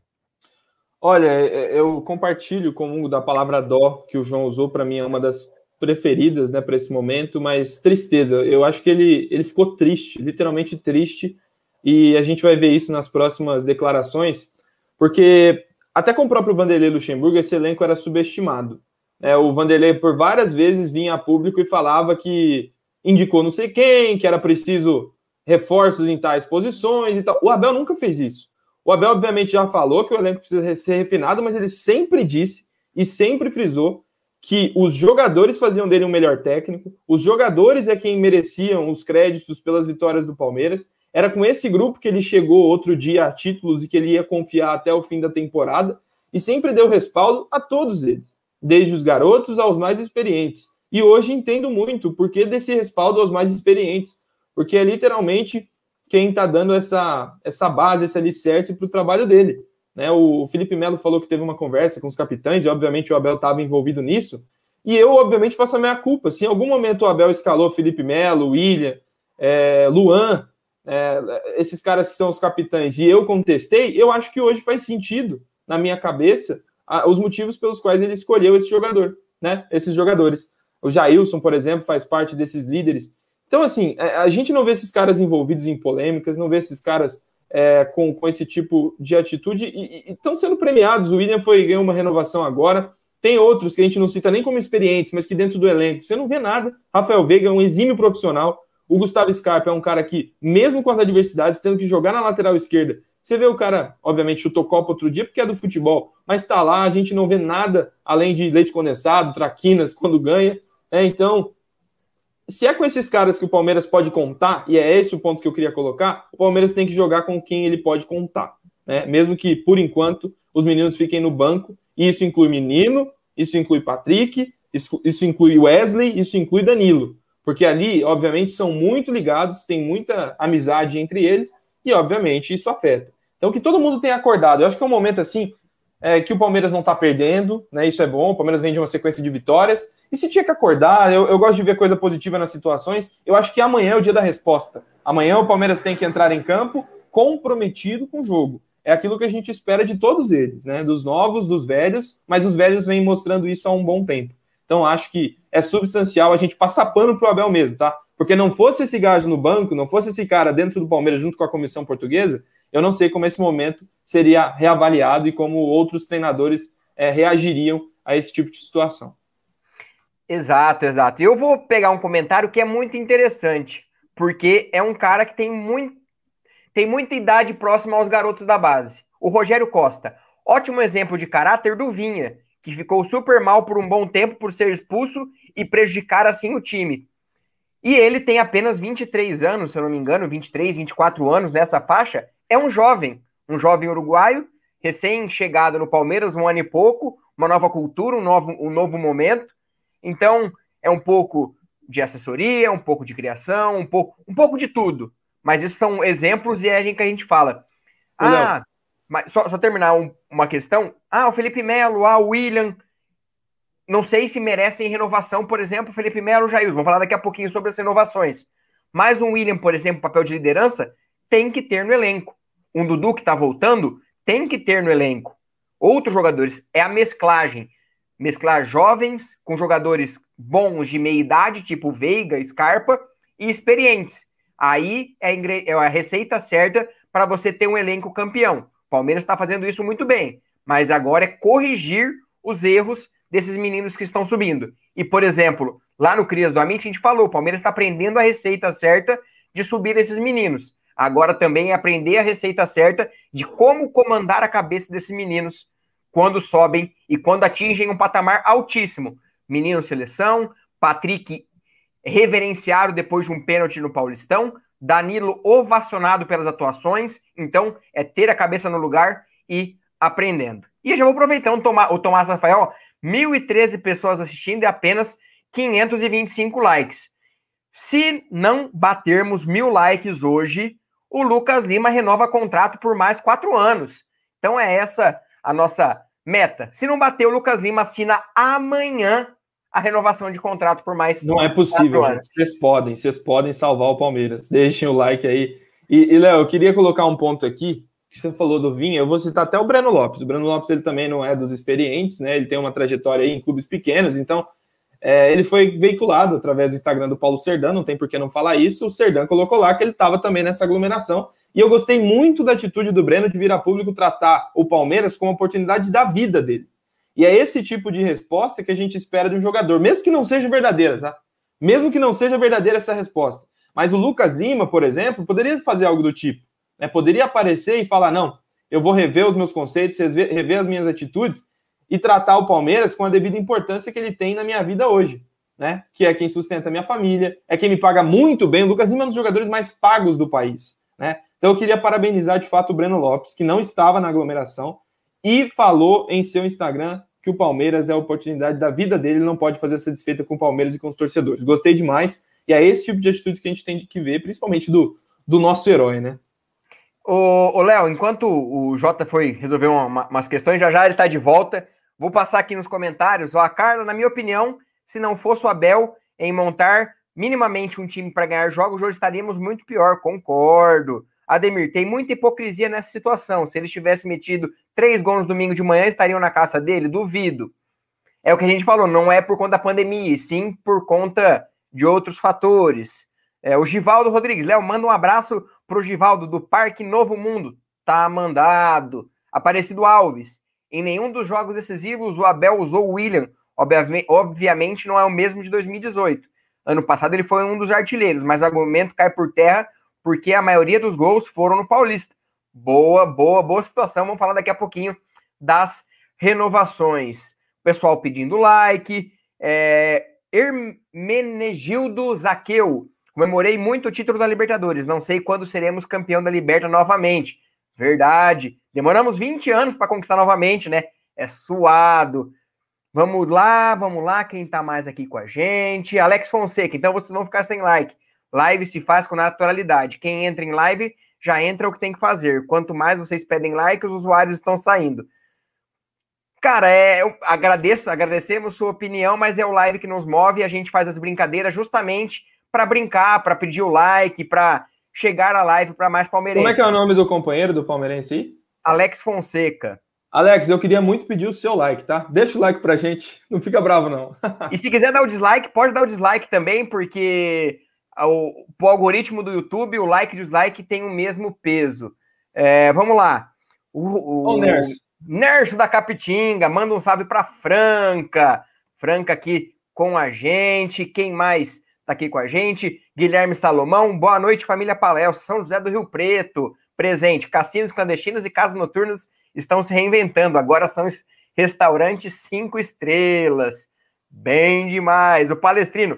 Olha, eu compartilho com o da palavra dó que o João usou, para mim é uma das preferidas, né, para esse momento, mas tristeza. Eu acho que ele, ele ficou triste, literalmente triste, e a gente vai ver isso nas próximas declarações, porque até com o próprio Vanderlei Luxemburgo, esse elenco era subestimado. É, o Vanderlei, por várias vezes, vinha a público e falava que indicou não sei quem, que era preciso reforços em tais posições e tal. O Abel nunca fez isso. O Abel, obviamente, já falou que o elenco precisa ser refinado, mas ele sempre disse e sempre frisou que os jogadores faziam dele um melhor técnico, os jogadores é quem mereciam os créditos pelas vitórias do Palmeiras. Era com esse grupo que ele chegou outro dia a títulos e que ele ia confiar até o fim da temporada e sempre deu respaldo a todos eles, desde os garotos aos mais experientes. E hoje entendo muito o porquê desse respaldo aos mais experientes, porque é literalmente quem está dando essa, essa base, esse alicerce para o trabalho dele. Né? O Felipe Melo falou que teve uma conversa com os capitães, e obviamente o Abel estava envolvido nisso, e eu, obviamente, faço a minha culpa. Se em algum momento o Abel escalou Felipe Melo, William, é, Luan, é, esses caras que são os capitães, e eu contestei, eu acho que hoje faz sentido, na minha cabeça, a, os motivos pelos quais ele escolheu esse jogador, né? Esses jogadores. O Jailson, por exemplo, faz parte desses líderes. Então, assim, a gente não vê esses caras envolvidos em polêmicas, não vê esses caras é, com, com esse tipo de atitude e estão sendo premiados. O William foi ganhou uma renovação agora. Tem outros que a gente não cita nem como experientes, mas que dentro do elenco você não vê nada. Rafael Veiga é um exímio profissional. O Gustavo Scarpa é um cara que, mesmo com as adversidades, tendo que jogar na lateral esquerda, você vê o cara, obviamente, chutou copa outro dia porque é do futebol, mas tá lá, a gente não vê nada além de leite condensado, traquinas quando ganha. Né? Então, se é com esses caras que o Palmeiras pode contar, e é esse o ponto que eu queria colocar, o Palmeiras tem que jogar com quem ele pode contar. Né? Mesmo que, por enquanto, os meninos fiquem no banco, e isso inclui Menino, isso inclui Patrick, isso, isso inclui Wesley, isso inclui Danilo. Porque ali, obviamente, são muito ligados, tem muita amizade entre eles, e, obviamente, isso afeta. Então, que todo mundo tenha acordado. Eu acho que é um momento, assim, é, que o Palmeiras não está perdendo, né? Isso é bom, o Palmeiras vem de uma sequência de vitórias, e se tinha que acordar, eu, eu gosto de ver coisa positiva nas situações, eu acho que amanhã é o dia da resposta. Amanhã o Palmeiras tem que entrar em campo comprometido com o jogo. É aquilo que a gente espera de todos eles, né? Dos novos, dos velhos, mas os velhos vêm mostrando isso há um bom tempo. Então acho que é substancial a gente passar pano pro Abel mesmo, tá? Porque não fosse esse gajo no banco, não fosse esse cara dentro do Palmeiras junto com a comissão portuguesa, eu não sei como esse momento seria reavaliado e como outros treinadores é, reagiriam a esse tipo de situação. Exato, exato. E eu vou pegar um comentário que é muito interessante, porque é um cara que tem muito, tem muita idade próxima aos garotos da base. O Rogério Costa, ótimo exemplo de caráter do Vinha, que ficou super mal por um bom tempo por ser expulso e prejudicar assim o time. E ele tem apenas vinte e três anos, se eu não me engano, vinte e três, vinte e quatro anos nessa faixa. É um jovem, um jovem uruguaio, recém-chegado no Palmeiras, um ano e pouco, uma nova cultura, um novo, um novo momento. Então, é um pouco de assessoria, um pouco de criação, um pouco, um pouco de tudo. Mas esses são exemplos e é a que a gente fala. Ah, mas só, só terminar um, uma questão. Ah, o Felipe Melo, ah, o William. Não sei se merecem renovação, por exemplo, Felipe Melo e Jair. Vamos falar daqui a pouquinho sobre as renovações. Mas um William, por exemplo, papel de liderança, tem que ter no elenco. Um Dudu que está voltando, tem que ter no elenco. Outros jogadores, é a mesclagem. Mesclar jovens com jogadores bons de meia idade, tipo Veiga, Scarpa, e experientes. Aí é a receita certa para você ter um elenco campeão. O Palmeiras está fazendo isso muito bem, mas agora é corrigir os erros desses meninos que estão subindo. E, por exemplo, lá no Crias do Amit, a gente falou, o Palmeiras está aprendendo a receita certa de subir esses meninos. Agora também é aprender a receita certa de como comandar a cabeça desses meninos quando sobem e quando atingem um patamar altíssimo. Menino seleção, Patrick reverenciado depois de um pênalti no Paulistão, Danilo ovacionado pelas atuações. Então, é ter a cabeça no lugar e aprendendo. E eu já vou aproveitar o Tomás Rafael, mil e treze pessoas assistindo e apenas quinhentos e vinte e cinco likes. Se não batermos mil likes hoje, o Lucas Lima renova contrato por mais quatro anos. Então é essa a nossa meta. Se não bater, o Lucas Lima assina amanhã a renovação de contrato por mais Não é possível, gente. Vocês podem, vocês podem salvar o Palmeiras. Deixem o like aí. E, e Léo, eu queria colocar um ponto aqui. Você falou do Vinha, eu vou citar até o Breno Lopes. O Breno Lopes ele também não é dos experientes, né? Ele tem uma trajetória aí em clubes pequenos, então é, ele foi veiculado através do Instagram do Paulo Serdã, não tem por que não falar isso. O Serdã colocou lá que ele estava também nessa aglomeração. E eu gostei muito da atitude do Breno de vir a público tratar o Palmeiras como oportunidade da vida dele. E é esse tipo de resposta que a gente espera de um jogador, mesmo que não seja verdadeira, tá? Mesmo que não seja verdadeira essa resposta. Mas o Lucas Lima, por exemplo, poderia fazer algo do tipo. Né, poderia aparecer e falar, não, eu vou rever os meus conceitos, rever as minhas atitudes e tratar o Palmeiras com a devida importância que ele tem na minha vida hoje, né? Que é quem sustenta a minha família, é quem me paga muito bem. O Lucas Lima é um dos jogadores mais pagos do país, né? Então eu queria parabenizar de fato o Breno Lopes, que não estava na aglomeração e falou em seu Instagram que o Palmeiras é a oportunidade da vida dele, ele não pode fazer essa desfeita com o Palmeiras e com os torcedores. Gostei demais, e é esse tipo de atitude que a gente tem que ver, principalmente do, do nosso herói, né? Ô, ô Léo, enquanto o Jota foi resolver uma, umas questões, já já ele tá de volta. Vou passar aqui nos comentários. Ó, a Carla, na minha opinião, se não fosse o Abel em montar minimamente um time para ganhar jogos, hoje estaríamos muito pior. Concordo. Ademir, tem muita hipocrisia nessa situação. Se eles tivessem metido três gols no domingo de manhã, estariam na caça dele? Duvido. É o que a gente falou, não é por conta da pandemia, sim por conta de outros fatores. É, o Givaldo Rodrigues, Léo, manda um abraço pro Givaldo do Parque Novo Mundo. Tá mandado. Aparecido Alves, em nenhum dos jogos decisivos o Abel usou o William. Obviamente, obviamente não é o mesmo de dois mil e dezoito. Ano passado ele foi um dos artilheiros, mas o argumento cai por terra porque a maioria dos gols foram no Paulista. Boa, boa, boa situação. Vamos falar daqui a pouquinho das renovações. Pessoal pedindo like. É, Hermenegildo Zaqueu. Comemorei muito o título da Libertadores. Não sei quando seremos campeão da Liberta novamente. Verdade. Demoramos vinte anos para conquistar novamente, né? É suado. Vamos lá, vamos lá. Quem tá mais aqui com a gente? Alex Fonseca. Então vocês vão ficar sem like. Live se faz com naturalidade. Quem entra em live já entra o que tem que fazer. Quanto mais vocês pedem like, os usuários estão saindo. Cara, é, eu agradeço, agradecemos sua opinião, mas é o live que nos move e a gente faz as brincadeiras justamente para brincar, para pedir o like, para chegar a live para mais palmeirenses. Como é que é o nome do companheiro do palmeirense aí? Alex Fonseca. Alex, eu queria muito pedir o seu like, tá? Deixa o like pra gente, não fica bravo não. E se quiser dar o dislike, pode dar o dislike também, porque o, o algoritmo do YouTube, o like e o dislike tem o mesmo peso. É, vamos lá. O, o, o Nerso. Nerso da Capitinga, manda um salve pra Franca. Franca aqui com a gente. Quem mais tá aqui com a gente? Guilherme Salomão. Boa noite, família Palel. São José do Rio Preto. presente. Cassinos clandestinos e casas noturnas estão se reinventando. Agora são restaurantes cinco estrelas. Bem demais. O Palestrino.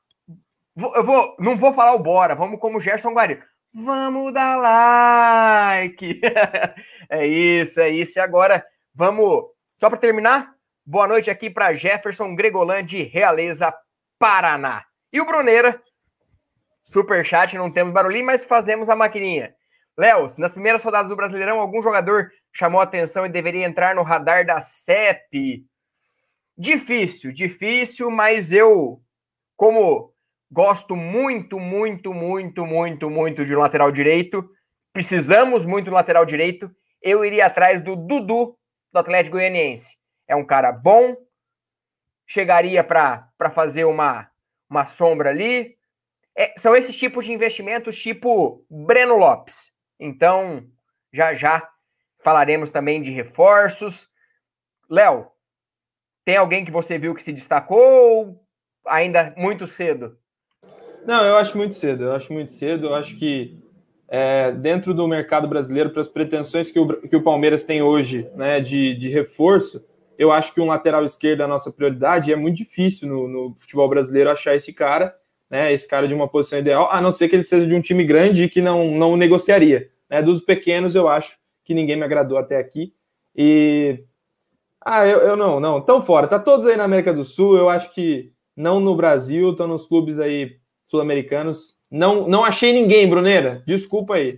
Eu vou, não vou falar o bora. Vamos como Gerson Guarino. Vamos dar like. É isso, é isso. E agora, vamos... Só para terminar, boa noite aqui para Jefferson Gregolan de Realeza, Paraná. E o Bruneira, superchat, não temos barulhinho, mas fazemos a maquininha. Léo, nas primeiras rodadas do Brasileirão, algum jogador chamou a atenção e deveria entrar no radar da C E P? Difícil, difícil, mas eu, como gosto muito, muito, muito, muito, muito de um lateral direito, precisamos muito do lateral direito, eu iria atrás do Dudu, do Atlético Goianiense. É um cara bom, chegaria para fazer uma, uma sombra ali. É, são esses tipos de investimentos tipo Breno Lopes. Então, já já falaremos também de reforços. Léo, tem alguém que você viu que se destacou ou ainda muito cedo? Não, eu acho muito cedo. Eu acho muito cedo. Eu acho que é, dentro do mercado brasileiro, para as pretensões que o, que o Palmeiras tem hoje, né, de, de reforço, eu acho que um lateral esquerdo é a nossa prioridade e é muito difícil no, no futebol brasileiro achar esse cara, né, esse cara de uma posição ideal, a não ser que ele seja de um time grande e que não, não negociaria. Né? Dos pequenos, eu acho que ninguém me agradou até aqui. E... Ah, eu, eu não, não. Estão fora. Tá todos aí na América do Sul. Eu acho que não no Brasil, estão nos clubes aí sul-americanos. Não, não achei ninguém, Bruneira. Desculpa aí.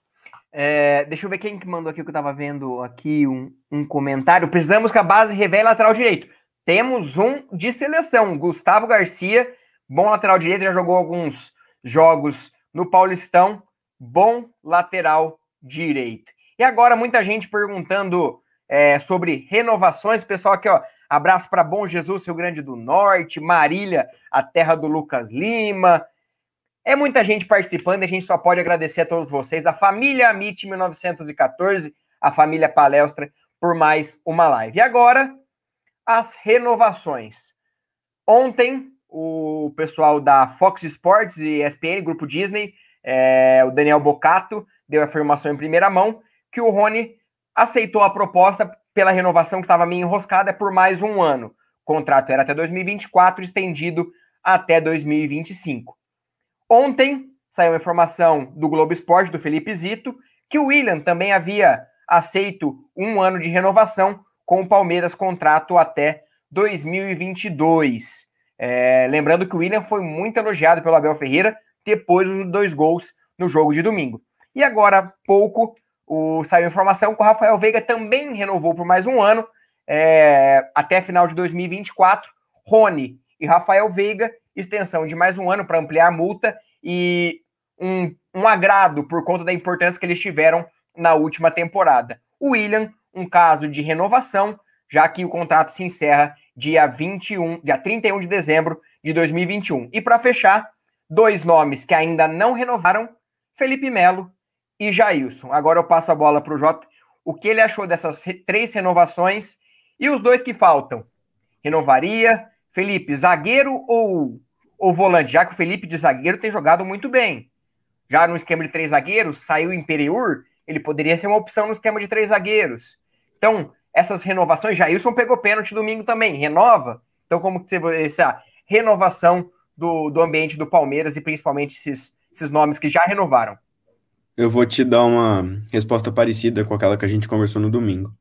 É, deixa eu ver quem que mandou aqui, que eu tava vendo aqui um, um comentário. Precisamos que a base revele lateral direito. Temos um de seleção, Gustavo Garcia, bom lateral direito, já jogou alguns jogos no Paulistão, bom lateral direito. E agora muita gente perguntando é, sobre renovações. Pessoal aqui, ó, abraço para Bom Jesus, Rio Grande do Norte, Marília, a terra do Lucas Lima. É muita gente participando e a gente só pode agradecer a todos vocês, da família Amit mil novecentos e quatorze, a família Palestra, por mais uma live. E agora, as renovações. Ontem, o pessoal da Fox Sports e E S P N, Grupo Disney, é, o Daniel Bocato, deu a afirmação em primeira mão que o Rony aceitou a proposta pela renovação que estava meio enroscada por mais um ano. O contrato era até dois mil e vinte e quatro, estendido até dois mil e vinte e cinco. Ontem, saiu a informação do Globo Esporte, do Felipe Zito, que o William também havia aceito um ano de renovação com o Palmeiras, contrato até dois mil e vinte e dois. É, lembrando que o William foi muito elogiado pelo Abel Ferreira depois dos dois gols no jogo de domingo. E agora, há pouco, o, saiu a informação que o Rafael Veiga também renovou por mais um ano, é, até final de dois mil e vinte e quatro. Rony e Rafael Veiga, extensão de mais um ano para ampliar a multa e um, um agrado por conta da importância que eles tiveram na última temporada. O William, um caso de renovação, já que o contrato se encerra dia, vinte e um, dia trinta e um de dezembro de dois mil e vinte e um. E para fechar, dois nomes que ainda não renovaram, Felipe Melo e Jailson. Agora eu passo a bola para o Jota, o que ele achou dessas re- três renovações e os dois que faltam. Renovaria, Felipe, zagueiro ou, ou volante? Já que o Felipe de zagueiro tem jogado muito bem. Já no esquema de três zagueiros, saiu o Imperiur, ele poderia ser uma opção no esquema de três zagueiros. Então, essas renovações, Jailson pegou pênalti domingo também, renova. Então, como que você vê essa renovação do, do ambiente do Palmeiras e principalmente esses, esses nomes que já renovaram? Eu vou te dar uma resposta parecida com aquela que a gente conversou no domingo.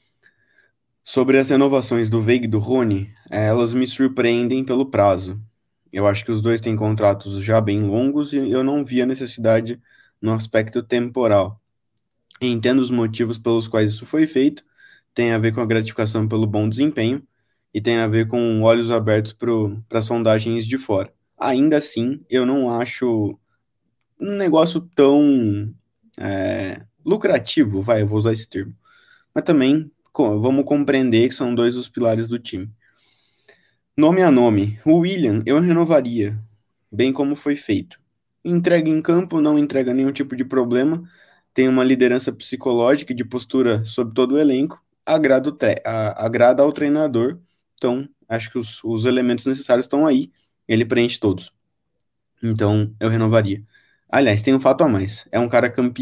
Sobre as renovações do Veiga e do Rony, elas me surpreendem pelo prazo. Eu acho que os dois têm contratos já bem longos e eu não vi a necessidade no aspecto temporal. E entendo os motivos pelos quais isso foi feito, tem a ver com a gratificação pelo bom desempenho e tem a ver com olhos abertos para sondagens de fora. Ainda assim, eu não acho um negócio tão é, lucrativo, vai, eu vou usar esse termo. Mas também co- vamos compreender que são dois dos pilares do time. Nome a nome, o William eu renovaria, bem como foi feito. Entrega em campo, não entrega nenhum tipo de problema, tem uma liderança psicológica e de postura sobre todo o elenco, agrada, o tre- a- agrada ao treinador, então acho que os, os elementos necessários estão aí, ele preenche todos. Então eu renovaria. Aliás, tem um fato a mais, é um cara campeão.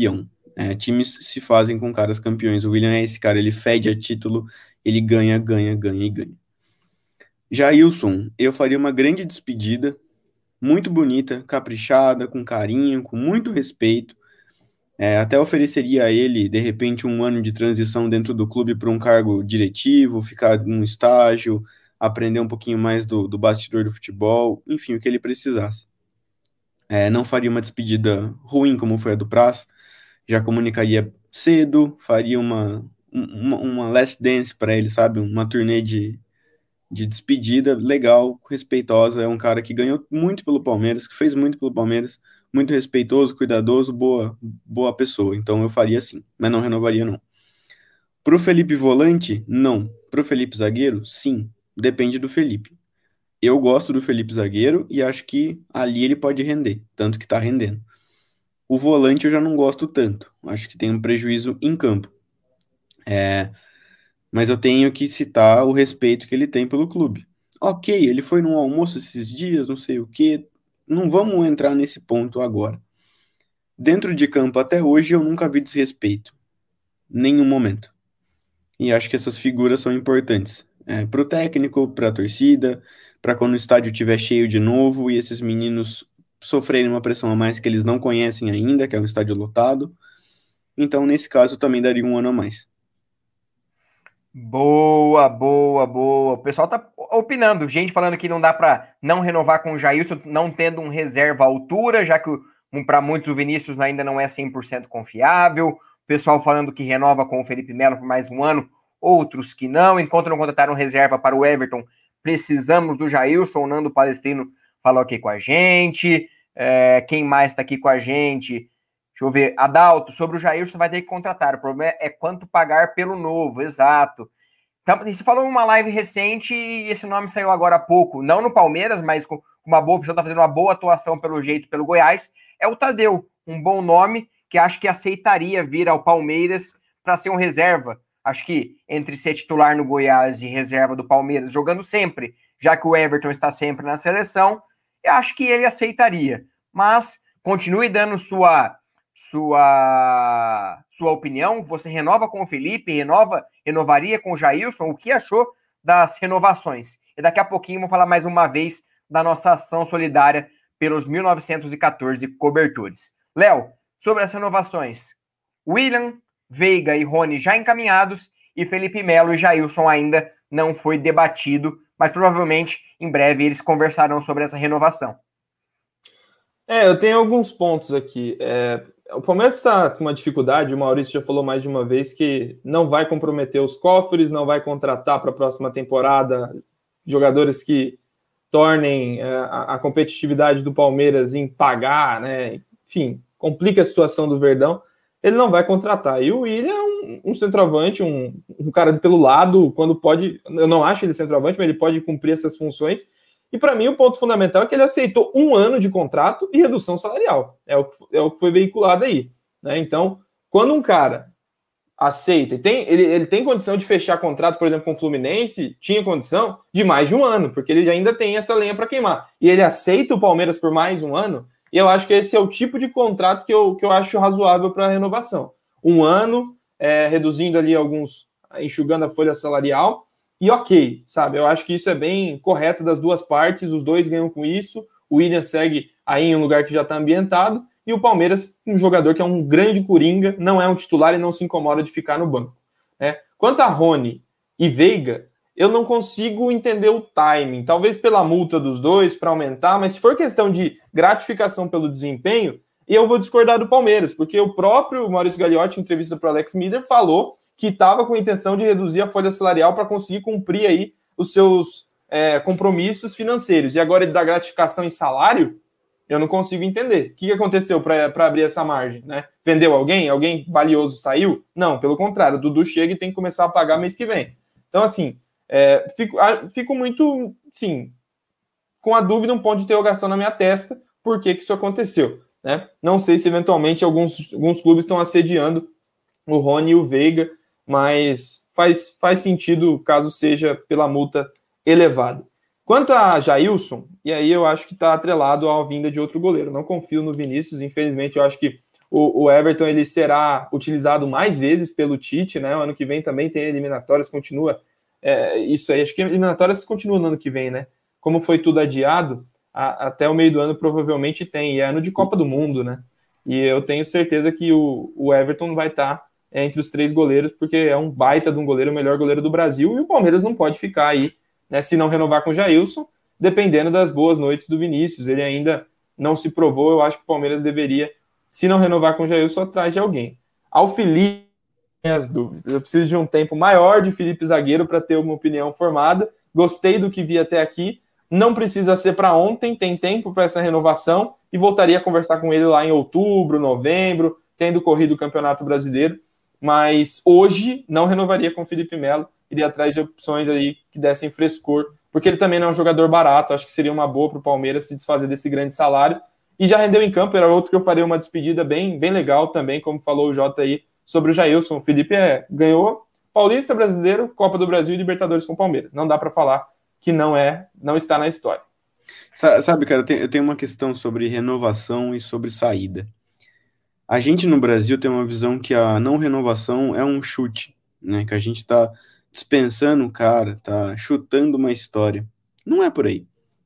É, times se fazem com caras campeões. O Willian é esse cara, ele fede a título, ele ganha, ganha, ganha e ganha. Jailson, eu faria uma grande despedida, muito bonita, caprichada, com carinho, com muito respeito. É, até ofereceria a ele, de repente, um ano de transição dentro do clube para um cargo diretivo, ficar num estágio, aprender um pouquinho mais do, do bastidor do futebol, enfim, o que ele precisasse. É, não faria uma despedida ruim como foi a do Praz, já comunicaria cedo, faria uma, uma, uma last dance para ele, sabe? Uma turnê de, de despedida legal, respeitosa. É um cara que ganhou muito pelo Palmeiras, que fez muito pelo Palmeiras, muito respeitoso, cuidadoso, boa, boa pessoa. Então eu faria assim, mas não renovaria, não. Pro Felipe Volante, não. Pro Felipe Zagueiro, sim. Depende do Felipe. Eu gosto do Felipe Zagueiro e acho que ali ele pode render, tanto que tá rendendo. O volante eu já não gosto tanto. Acho que tem um prejuízo em campo. É, mas eu tenho que citar o respeito que ele tem pelo clube. Ok, ele foi num almoço esses dias, não sei o quê. Não vamos entrar nesse ponto agora. Dentro de campo, até hoje, eu nunca vi desrespeito. Nenhum momento. E acho que essas figuras são importantes. É, para o técnico, para a torcida, para quando o estádio estiver cheio de novo e esses meninos sofrerem uma pressão a mais que eles não conhecem ainda, que é um estádio lotado. Então, nesse caso, eu também daria um ano a mais. Boa, boa, boa. O pessoal tá opinando. Gente falando que não dá para não renovar com o Jailson, não tendo um reserva à altura, já que para muitos o Vinícius ainda não é cem por cento confiável. O pessoal falando que renova com o Felipe Melo por mais um ano, outros que não. Enquanto não contrataram reserva para o Everton, precisamos do Jailson. O Nando Palestrino falou aqui com a gente. É, quem mais está aqui com a gente? Deixa eu ver. Adalto, sobre o Jailson vai ter que contratar. O problema é quanto pagar pelo novo, exato. Então, você falou em uma live recente e esse nome saiu agora há pouco. Não no Palmeiras, mas com uma boa pessoa, está fazendo uma boa atuação pelo jeito pelo Goiás. É o Tadeu, um bom nome que acho que aceitaria vir ao Palmeiras para ser um reserva. Acho que entre ser titular no Goiás e reserva do Palmeiras, jogando sempre, já que o Everton está sempre na seleção, eu acho que ele aceitaria. Mas continue dando sua... Sua, sua opinião, você renova com o Felipe, renova, renovaria com o Jailson, o que achou das renovações? E daqui a pouquinho vamos falar mais uma vez da nossa ação solidária pelos mil novecentos e quatorze cobertores. Léo, sobre as renovações, Willian, Veiga e Rony já encaminhados e Felipe Melo e Jailson ainda não foi debatido, mas provavelmente em breve eles conversarão sobre essa renovação. É, eu tenho alguns pontos aqui. É, o Palmeiras está com uma dificuldade, o Maurício já falou mais de uma vez que não vai comprometer os cofres, não vai contratar para a próxima temporada jogadores que tornem é, a, a competitividade do Palmeiras em pagar, né? Enfim, complica a situação do Verdão. Ele não vai contratar. E o Willian é um, um centroavante, um, um cara pelo lado, quando pode... Eu não acho ele centroavante, mas ele pode cumprir essas funções. E para mim o ponto fundamental é que ele aceitou um ano de contrato e redução salarial. É o que, é o que foi veiculado aí. Né? Então, quando um cara aceita, e tem, ele, ele tem condição de fechar contrato, por exemplo, com o Fluminense, tinha condição de mais de um ano, porque ele ainda tem essa lenha para queimar. E ele aceita o Palmeiras por mais um ano, e eu acho que esse é o tipo de contrato que eu, que eu acho razoável para renovação. Um ano, é, reduzindo ali alguns, enxugando a folha salarial, e ok, sabe? Eu acho que isso é bem correto das duas partes, os dois ganham com isso, o Willian segue aí em um lugar que já está ambientado, e o Palmeiras, um jogador que é um grande coringa, não é um titular e não se incomoda de ficar no banco. Né? Quanto a Rony e Veiga, eu não consigo entender o timing, talvez pela multa dos dois para aumentar, mas se for questão de gratificação pelo desempenho, eu vou discordar do Palmeiras, porque o próprio Maurício Gagliotti, em entrevista para o Alex Miller, falou que estava com a intenção de reduzir a folha salarial para conseguir cumprir aí os seus é, compromissos financeiros. E agora ele dá gratificação em salário, eu não consigo entender. O que aconteceu para abrir essa margem? Né? Vendeu alguém? Alguém valioso saiu? Não, pelo contrário, o Dudu chega e tem que começar a pagar mês que vem. Então, assim, é, fico, fico muito, sim, com a dúvida, um ponto de interrogação na minha testa, por que, que isso aconteceu. Né? Não sei se eventualmente alguns, alguns clubes estão assediando o Rony e o Veiga, mas faz, faz sentido caso seja pela multa elevada. Quanto a Jailson, e aí eu acho que está atrelado à vinda de outro goleiro. Não confio no Vinícius, infelizmente eu acho que o, o Everton ele será utilizado mais vezes pelo Tite, né? O ano que vem também tem eliminatórias, continua é, isso aí. Acho que eliminatórias continuam no ano que vem, né? Como foi tudo adiado, a, até o meio do ano provavelmente tem. E é ano de Copa do Mundo, né? E eu tenho certeza que o, o Everton vai estar entre os três goleiros, porque é um baita de um goleiro, o melhor goleiro do Brasil, e o Palmeiras não pode ficar aí, né, se não renovar com o Jailson, dependendo das boas noites do Vinícius. Ele ainda não se provou, eu acho que o Palmeiras deveria, se não renovar com o Jailson, atrás de alguém. Ao Felipe, minhas dúvidas. Eu preciso de um tempo maior de Felipe Zagueiro para ter uma opinião formada. Gostei do que vi até aqui. Não precisa ser para ontem, tem tempo para essa renovação, e voltaria a conversar com ele lá em outubro, novembro, tendo corrido o Campeonato Brasileiro. Mas hoje não renovaria com o Felipe Melo, iria atrás de opções aí que dessem frescor, porque ele também não é um jogador barato, acho que seria uma boa para o Palmeiras se desfazer desse grande salário, e já rendeu em campo, era outro que eu faria uma despedida bem, bem legal também, como falou o Jota aí, sobre o Jailson. O Felipe é, ganhou Paulista, Brasileiro, Copa do Brasil e Libertadores com o Palmeiras, não dá para falar que não é, não está na história. Sabe, cara, eu tenho uma questão sobre renovação e sobre saída. A gente no Brasil tem uma visão que a não renovação é um chute, né? Que a gente tá dispensando o cara, tá chutando uma história. Não é por aí.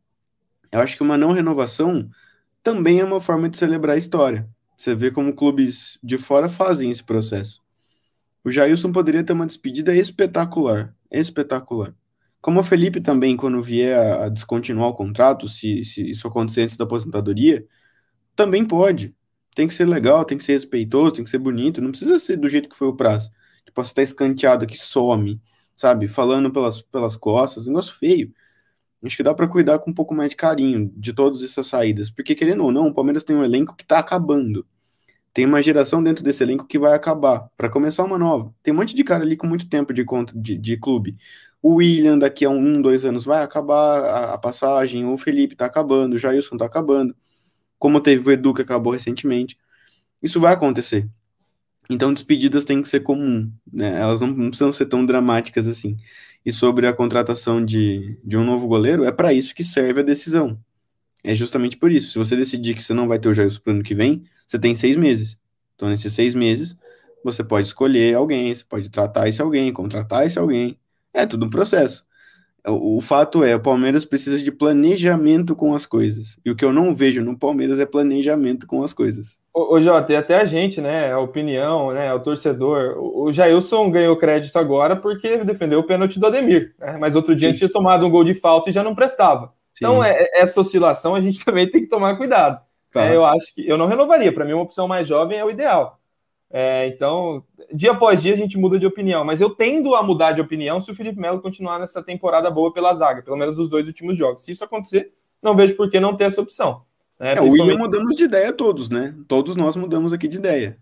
Eu acho que uma não renovação também é uma forma de celebrar a história. Você vê como clubes de fora fazem esse processo. O Jailson poderia ter uma despedida espetacular, espetacular. Como o Felipe também, quando vier a descontinuar o contrato, se, se isso acontecer antes da aposentadoria, também pode. Tem que ser legal, tem que ser respeitoso, tem que ser bonito, não precisa ser do jeito que foi o Praz. Tipo, você tá escanteado aqui, some, sabe? Falando pelas, pelas costas, negócio feio. Acho que dá pra cuidar com um pouco mais de carinho de todas essas saídas, porque querendo ou não, o Palmeiras tem um elenco que tá acabando. Tem uma geração dentro desse elenco que vai acabar, pra começar uma nova. Tem um monte de cara ali com muito tempo de, conta, de, de clube. O William, daqui a um, dois anos, vai acabar a, a passagem, o Felipe tá acabando, o Jailson tá acabando. Como teve o Edu que acabou recentemente. Isso vai acontecer. Então, despedidas têm que ser comum, né? Elas não, não precisam ser tão dramáticas assim. E sobre a contratação de, de um novo goleiro, é para isso que serve a decisão. É justamente por isso. Se você decidir que você não vai ter o Jailson pro ano que vem, você tem seis meses. Então, nesses seis meses, você pode escolher alguém, você pode tratar esse alguém, contratar esse alguém. É tudo um processo. O, o fato é, o Palmeiras precisa de planejamento com as coisas. E o que eu não vejo no Palmeiras é planejamento com as coisas. Ô, ô Jota, e até a gente, né, a opinião, né, o torcedor, o, o Jailson ganhou crédito agora porque defendeu o pênalti do Ademir, né, mas outro dia a gente tinha tomado um gol de falta e já não prestava. Sim. Então, é, essa oscilação a gente também tem que tomar cuidado. Tá. É, eu acho que eu não renovaria, para mim uma opção mais jovem é o ideal. É, então, dia após dia a gente muda de opinião, mas eu tendo a mudar de opinião se o Felipe Melo continuar nessa temporada boa pela zaga, pelo menos dos dois últimos jogos. Se isso acontecer, não vejo por que não ter essa opção. Né? É, o William mudamos de ideia todos, né? Todos nós mudamos aqui de ideia.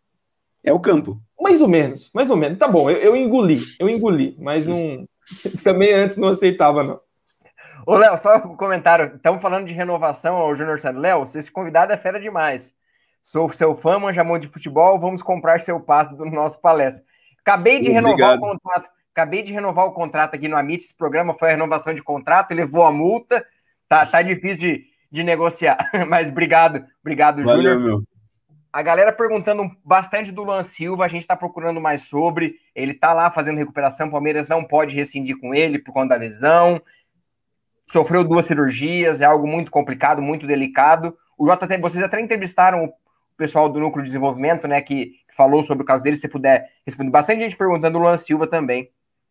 É o campo. Mais ou menos, mais ou menos. Tá bom, eu, eu engoli, eu engoli, mas não também antes não aceitava, não. Ô, Léo, só um comentário. Estamos falando de renovação ao Júnior Santos. Léo, esse convidado é fera demais. Sou seu fã, manja muito de futebol, vamos comprar seu passe do nosso palestra. Acabei de Obrigado. renovar o contrato. Acabei de renovar o contrato aqui no Amit. Esse programa foi a renovação de contrato, levou a multa. Tá, tá difícil de, de negociar. Mas obrigado, obrigado, Júnior. Meu. A galera perguntando bastante do Luan Silva, a gente está procurando mais sobre. Ele tá lá fazendo recuperação, o Palmeiras não pode rescindir com ele por conta da lesão. Sofreu duas cirurgias, é algo muito complicado, muito delicado. O J T, vocês até entrevistaram o pessoal do Núcleo de Desenvolvimento, né, que falou sobre o caso dele, se você puder responder. Bastante gente perguntando o Luan Silva também.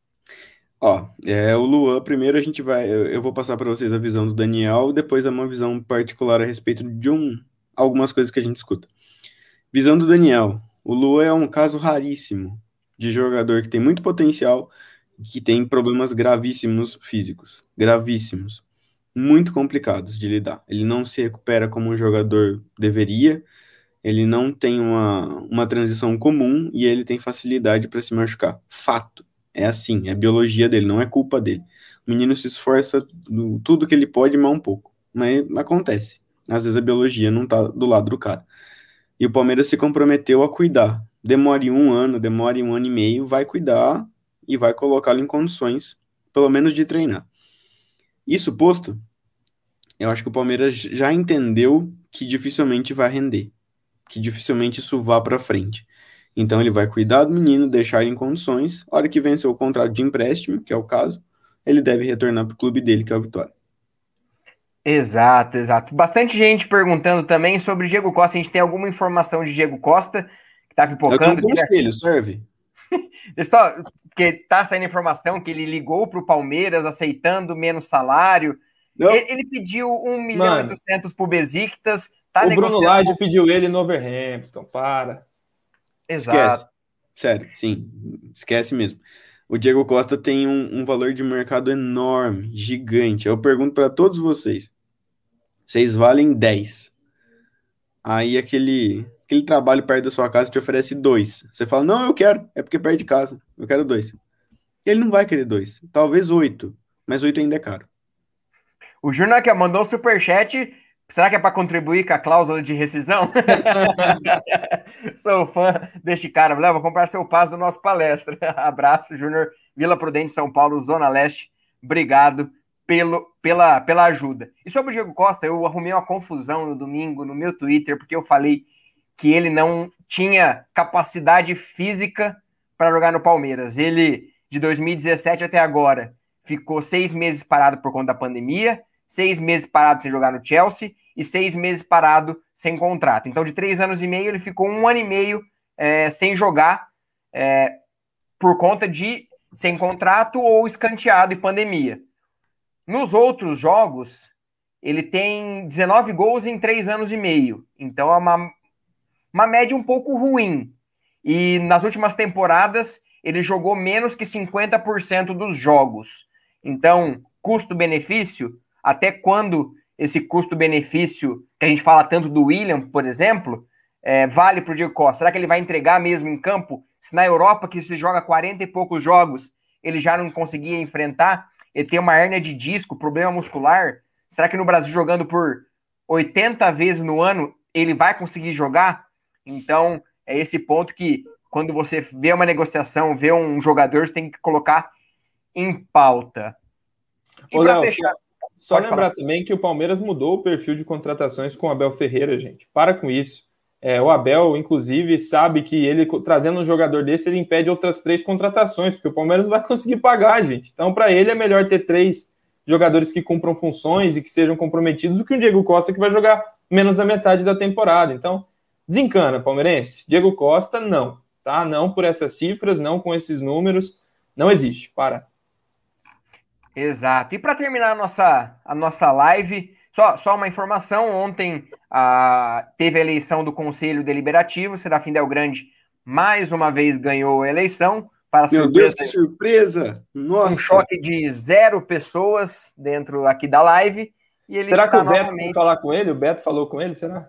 Ó, é, o Luan, primeiro a gente vai, eu, eu vou passar para vocês a visão do Daniel, depois uma visão particular a respeito de um, algumas coisas que a gente escuta. Visão do Daniel, o Luan é um caso raríssimo de jogador que tem muito potencial, que tem problemas gravíssimos físicos, gravíssimos, muito complicados de lidar. Ele não se recupera como um jogador deveria, ele não tem uma, uma transição comum e ele tem facilidade para se machucar. Fato. É assim, é a biologia dele, não é culpa dele. O menino se esforça no, tudo que ele pode, mas um pouco. Mas acontece. Às vezes a biologia não tá do lado do cara. E o Palmeiras se comprometeu a cuidar. Demore um ano, demore um ano e meio, vai cuidar e vai colocá-lo em condições, pelo menos de treinar. Isso posto, eu acho que o Palmeiras já entendeu que dificilmente vai render. que dificilmente isso vá para frente. Então ele vai cuidar do menino, deixar ele em condições. A hora que vencer o contrato de empréstimo, que é o caso, ele deve retornar para o clube dele, que é o Vitória. Exato, exato. Bastante gente perguntando também sobre Diego Costa. A gente tem alguma informação de Diego Costa que tá pipocando? É o conselho, serve. Só, porque tá saindo informação que ele ligou pro Palmeiras aceitando menos salário. Ele, ele pediu um milhão e oitocentos pro Besiktas. Tá o negociando... Bruno Lage pediu ele no Overhampton, para. Exato. Esquece. Sério, sim. Esquece mesmo. O Diego Costa tem um, um valor de mercado enorme, gigante. Eu pergunto para todos vocês. Vocês valem dez. Aí aquele, aquele trabalho perto da sua casa te oferece dois. Você fala, não, eu quero. É porque é perto de casa. Eu quero dois. Ele não vai querer dois. Talvez oito. Mas oito ainda é caro. O Júnior que mandou o superchat. Será que é para contribuir com a cláusula de rescisão? Sou fã deste cara. Léo, vou comprar seu passo da nossa palestra. Abraço, Júnior. Vila Prudente, São Paulo, Zona Leste. Obrigado pelo, pela, pela ajuda. E sobre o Diego Costa, eu arrumei uma confusão no domingo no meu Twitter, porque eu falei que ele não tinha capacidade física para jogar no Palmeiras. Ele, de dois mil e dezessete até agora, ficou seis meses parado por conta da pandemia, seis meses parado sem jogar no Chelsea e seis meses parado sem contrato. Então, de três anos e meio, ele ficou um ano e meio é, sem jogar é, por conta de sem contrato ou escanteado e pandemia. Nos outros jogos, ele tem dezenove gols em três anos e meio. Então, é uma, uma média um pouco ruim. E nas últimas temporadas, ele jogou menos que cinquenta por cento dos jogos. Então, custo-benefício, até quando esse custo-benefício, que a gente fala tanto do William, por exemplo, é, vale para o Diego Costa? Será que ele vai entregar mesmo em campo? Se na Europa, que se joga quarenta e poucos jogos, ele já não conseguia enfrentar, ele tem uma hérnia de disco, problema muscular, será que no Brasil, jogando por oitenta vezes no ano, ele vai conseguir jogar? Então, é esse ponto que, quando você vê uma negociação, vê um jogador, você tem que colocar em pauta. E para fechar... Só lembrar falar. também que o Palmeiras mudou o perfil de contratações com o Abel Ferreira, gente. Para com isso. É, o Abel, inclusive, sabe que ele, trazendo um jogador desse, ele impede outras três contratações, porque o Palmeiras vai conseguir pagar, gente. Então, para ele, é melhor ter três jogadores que cumpram funções e que sejam comprometidos do que o Diego Costa, que vai jogar menos da metade da temporada. Então, desencana, palmeirense. Diego Costa, não. Tá? Não por essas cifras, não com esses números. Não existe. Para. Exato. E para terminar a nossa, a nossa live, só, só uma informação, ontem a, teve a eleição do Conselho Deliberativo, Serafim Del Grande mais uma vez ganhou a eleição. Para Meu surpresa, Deus, que surpresa! Nossa! Um choque de zero pessoas dentro aqui da live. E ele será está que o Beto novamente... foi falar com ele? O Beto falou com ele, será?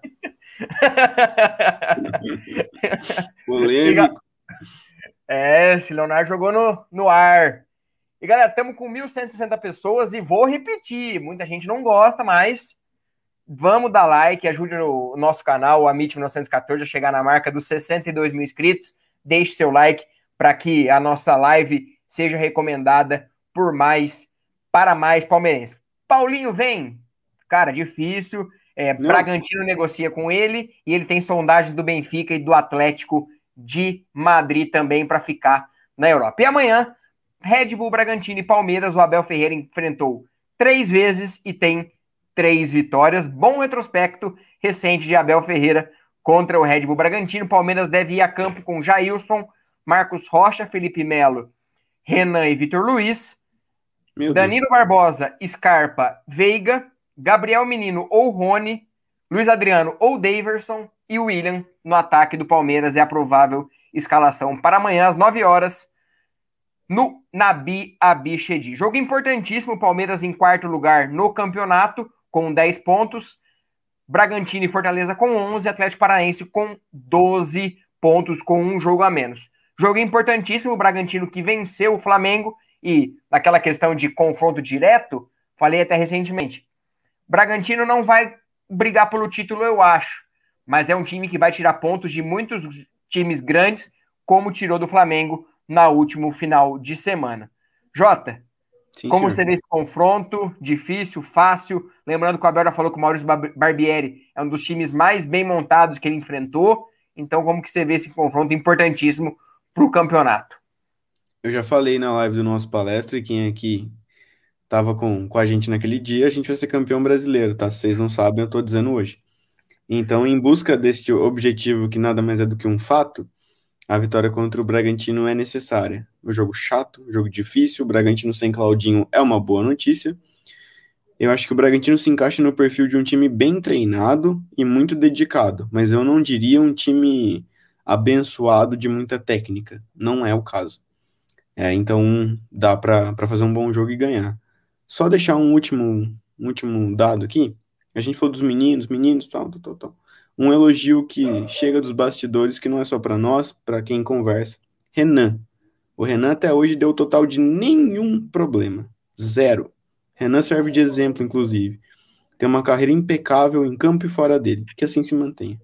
Polêmico. É, esse Leonardo jogou no, no ar. E, galera, estamos com mil cento e sessenta pessoas e vou repetir, muita gente não gosta, mas vamos dar like, ajude o nosso canal, o Amit mil novecentos e quatorze, a chegar na marca dos sessenta e dois mil inscritos. Deixe seu like para que a nossa live seja recomendada por mais, para mais palmeirenses. Paulinho vem? Cara, difícil. É, Bragantino negocia com ele e ele tem sondagens do Benfica e do Atlético de Madrid também para ficar na Europa. E amanhã, Red Bull, Bragantino e Palmeiras, o Abel Ferreira enfrentou três vezes e tem três vitórias. Bom retrospecto recente de Abel Ferreira contra o Red Bull Bragantino. Palmeiras deve ir a campo com Jailson, Marcos Rocha, Felipe Melo, Renan e Vitor Luiz, Meu Danilo Deus. Barbosa, Scarpa, Veiga, Gabriel Menino ou Rony, Luiz Adriano ou Daverson e William no ataque do Palmeiras. É a provável escalação para amanhã às nove horas no Nabi Abichedi. Jogo importantíssimo, Palmeiras em quarto lugar no campeonato com dez pontos, Bragantino e Fortaleza com onze, Atlético Paranaense com doze pontos, com um jogo a menos. Jogo importantíssimo, o Bragantino que venceu o Flamengo e naquela questão de confronto direto, falei até recentemente, Bragantino não vai brigar pelo título, eu acho, mas é um time que vai tirar pontos de muitos times grandes, como tirou do Flamengo na último final de semana. Jota, Sim, Como senhor. você vê esse confronto? Difícil, fácil? Lembrando que o Abel já falou que o Maurício Barbieri é um dos times mais bem montados que ele enfrentou. Então, como que você vê esse confronto importantíssimo para o campeonato? Eu já falei na live do nosso palestra, e quem aqui tava com, com a gente naquele dia, a gente vai ser campeão brasileiro, tá? Se vocês não sabem, eu tô dizendo hoje. Então, em busca deste objetivo, que nada mais é do que um fato, a vitória contra o Bragantino é necessária. Um jogo chato, um jogo difícil, o Bragantino sem Claudinho é uma boa notícia. Eu acho que o Bragantino se encaixa no perfil de um time bem treinado e muito dedicado, mas eu não diria um time abençoado de muita técnica. Não é o caso. É, então dá para fazer um bom jogo e ganhar. Só deixar um último, um último dado aqui. A gente falou dos meninos, meninos, tal, tal, tal, tal. Um elogio que chega dos bastidores, que não é só para nós, para quem conversa. Renan. O Renan até hoje deu total de nenhum problema. Zero. Renan serve de exemplo, inclusive. Tem uma carreira impecável em campo e fora dele. Que assim se mantenha.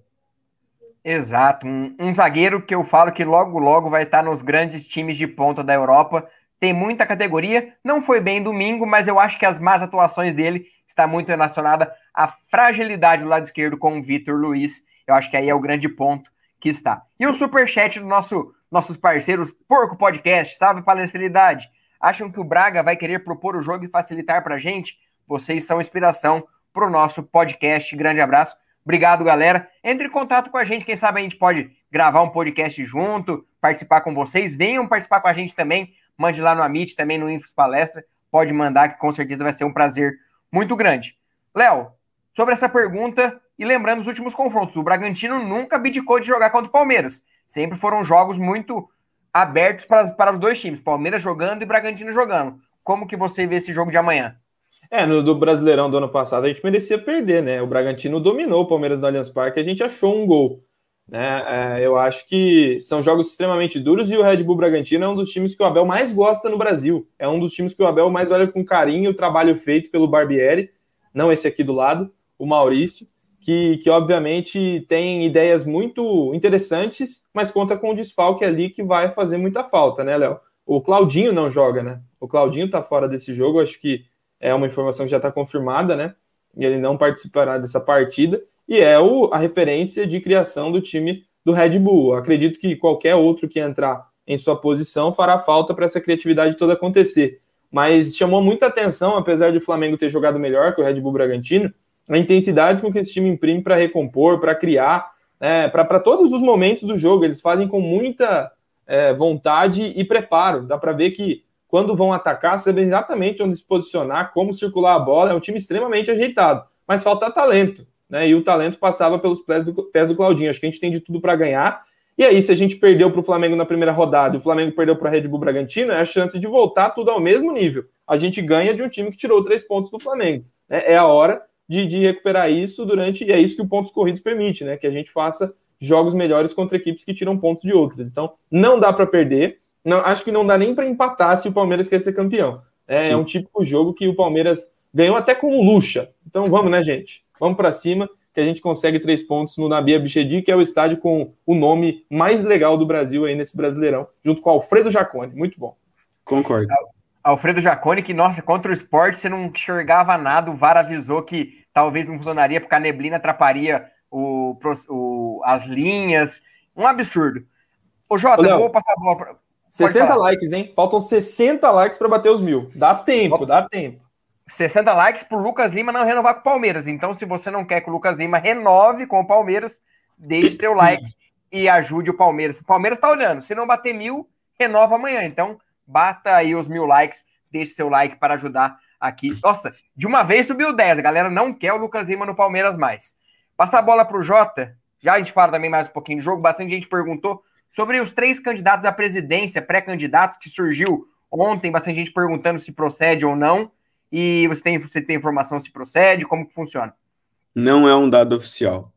Exato, um, um zagueiro que eu falo que logo logo vai estar nos grandes times de ponta da Europa. Tem muita categoria, não foi bem domingo, mas eu acho que as más atuações dele está muito relacionada à fragilidade do lado esquerdo com o Vitor Luiz. Eu acho que aí é o grande ponto que está. E o superchat do nosso, nossos parceiros Porco Podcast, salve palestrinidade. Acham que o Braga vai querer propor o jogo e facilitar para a gente? Vocês são inspiração para o nosso podcast. Grande abraço. Obrigado, galera. Entre em contato com a gente. Quem sabe a gente pode gravar um podcast junto, participar com vocês. Venham participar com a gente também. Mande lá no Amit, também no Infos Palestra. Pode mandar, que com certeza vai ser um prazer muito grande. Léo, sobre essa pergunta, e lembrando os últimos confrontos, o Bragantino nunca abdicou de jogar contra o Palmeiras. Sempre foram jogos muito abertos para, para os dois times. Palmeiras jogando e Bragantino jogando. Como que você vê esse jogo de amanhã? É, no do Brasileirão do ano passado a gente merecia perder, né? O Bragantino dominou o Palmeiras no Allianz Parque, a gente achou um gol, né? É, eu acho que são jogos extremamente duros e o Red Bull Bragantino é um dos times que o Abel mais gosta no Brasil. É um dos times que o Abel mais olha com carinho o trabalho feito pelo Barbieri, não esse aqui do lado, o Maurício, que, que obviamente tem ideias muito interessantes, mas conta com um desfalque ali que vai fazer muita falta, né, Léo? O Claudinho não joga, né? O Claudinho tá fora desse jogo, acho que é uma informação que já está confirmada, né? E ele não participará dessa partida. E é o, a referência de criação do time do Red Bull. Eu acredito que qualquer outro que entrar em sua posição fará falta para essa criatividade toda acontecer. Mas chamou muita atenção, apesar de o Flamengo ter jogado melhor que o Red Bull Bragantino, a intensidade com que esse time imprime para recompor, para criar, né, para todos os momentos do jogo. Eles fazem com muita é, vontade e preparo. Dá para ver que quando vão atacar, sabem exatamente onde se posicionar, como circular a bola. É um time extremamente ajeitado, mas falta talento, né? E o talento passava pelos pés do, pés do Claudinho. Acho que a gente tem de tudo para ganhar. E aí, se a gente perdeu para o Flamengo na primeira rodada e o Flamengo perdeu para a Red Bull Bragantino, é a chance de voltar tudo ao mesmo nível. A gente ganha de um time que tirou três pontos do Flamengo, né? É a hora de, de recuperar isso durante... E é isso que o pontos corridos permite, né? Que a gente faça jogos melhores contra equipes que tiram pontos de outras. Então, não dá para perder. Não, acho que não dá nem para empatar se o Palmeiras quer ser campeão. É, é um típico jogo que o Palmeiras ganhou até como luxa. Então vamos, né, gente? Vamos para cima, que a gente consegue três pontos no Nabi Abichedi, que é o estádio com o nome mais legal do Brasil aí nesse Brasileirão, junto com Alfredo Jaconi. Muito bom. Concordo. Alfredo Jaconi, que, nossa, contra o Sport você não enxergava nada, o V A R avisou que talvez não funcionaria porque a neblina atrapalharia o, o, as linhas. Um absurdo. Ô, Jota, Ô, Léo, vou passar a bola para... sessenta likes, hein? Faltam sessenta likes para bater os mil. Dá tempo, dá tempo. sessenta likes pro Lucas Lima não renovar com o Palmeiras. Então, se você não quer que o Lucas Lima renove com o Palmeiras, deixe seu like e ajude o Palmeiras. O Palmeiras tá olhando. Se não bater mil, renova amanhã. Então, bata aí os mil likes, deixe seu like para ajudar aqui. Nossa, de uma vez subiu dez. A galera não quer o Lucas Lima no Palmeiras mais. Passar a bola pro Jota. Já a gente fala também mais um pouquinho do jogo. Bastante gente perguntou sobre os três candidatos à presidência, pré-candidatos, que surgiu ontem, bastante gente perguntando se procede ou não, e você tem, você tem informação se procede, como que funciona? Não é um dado oficial.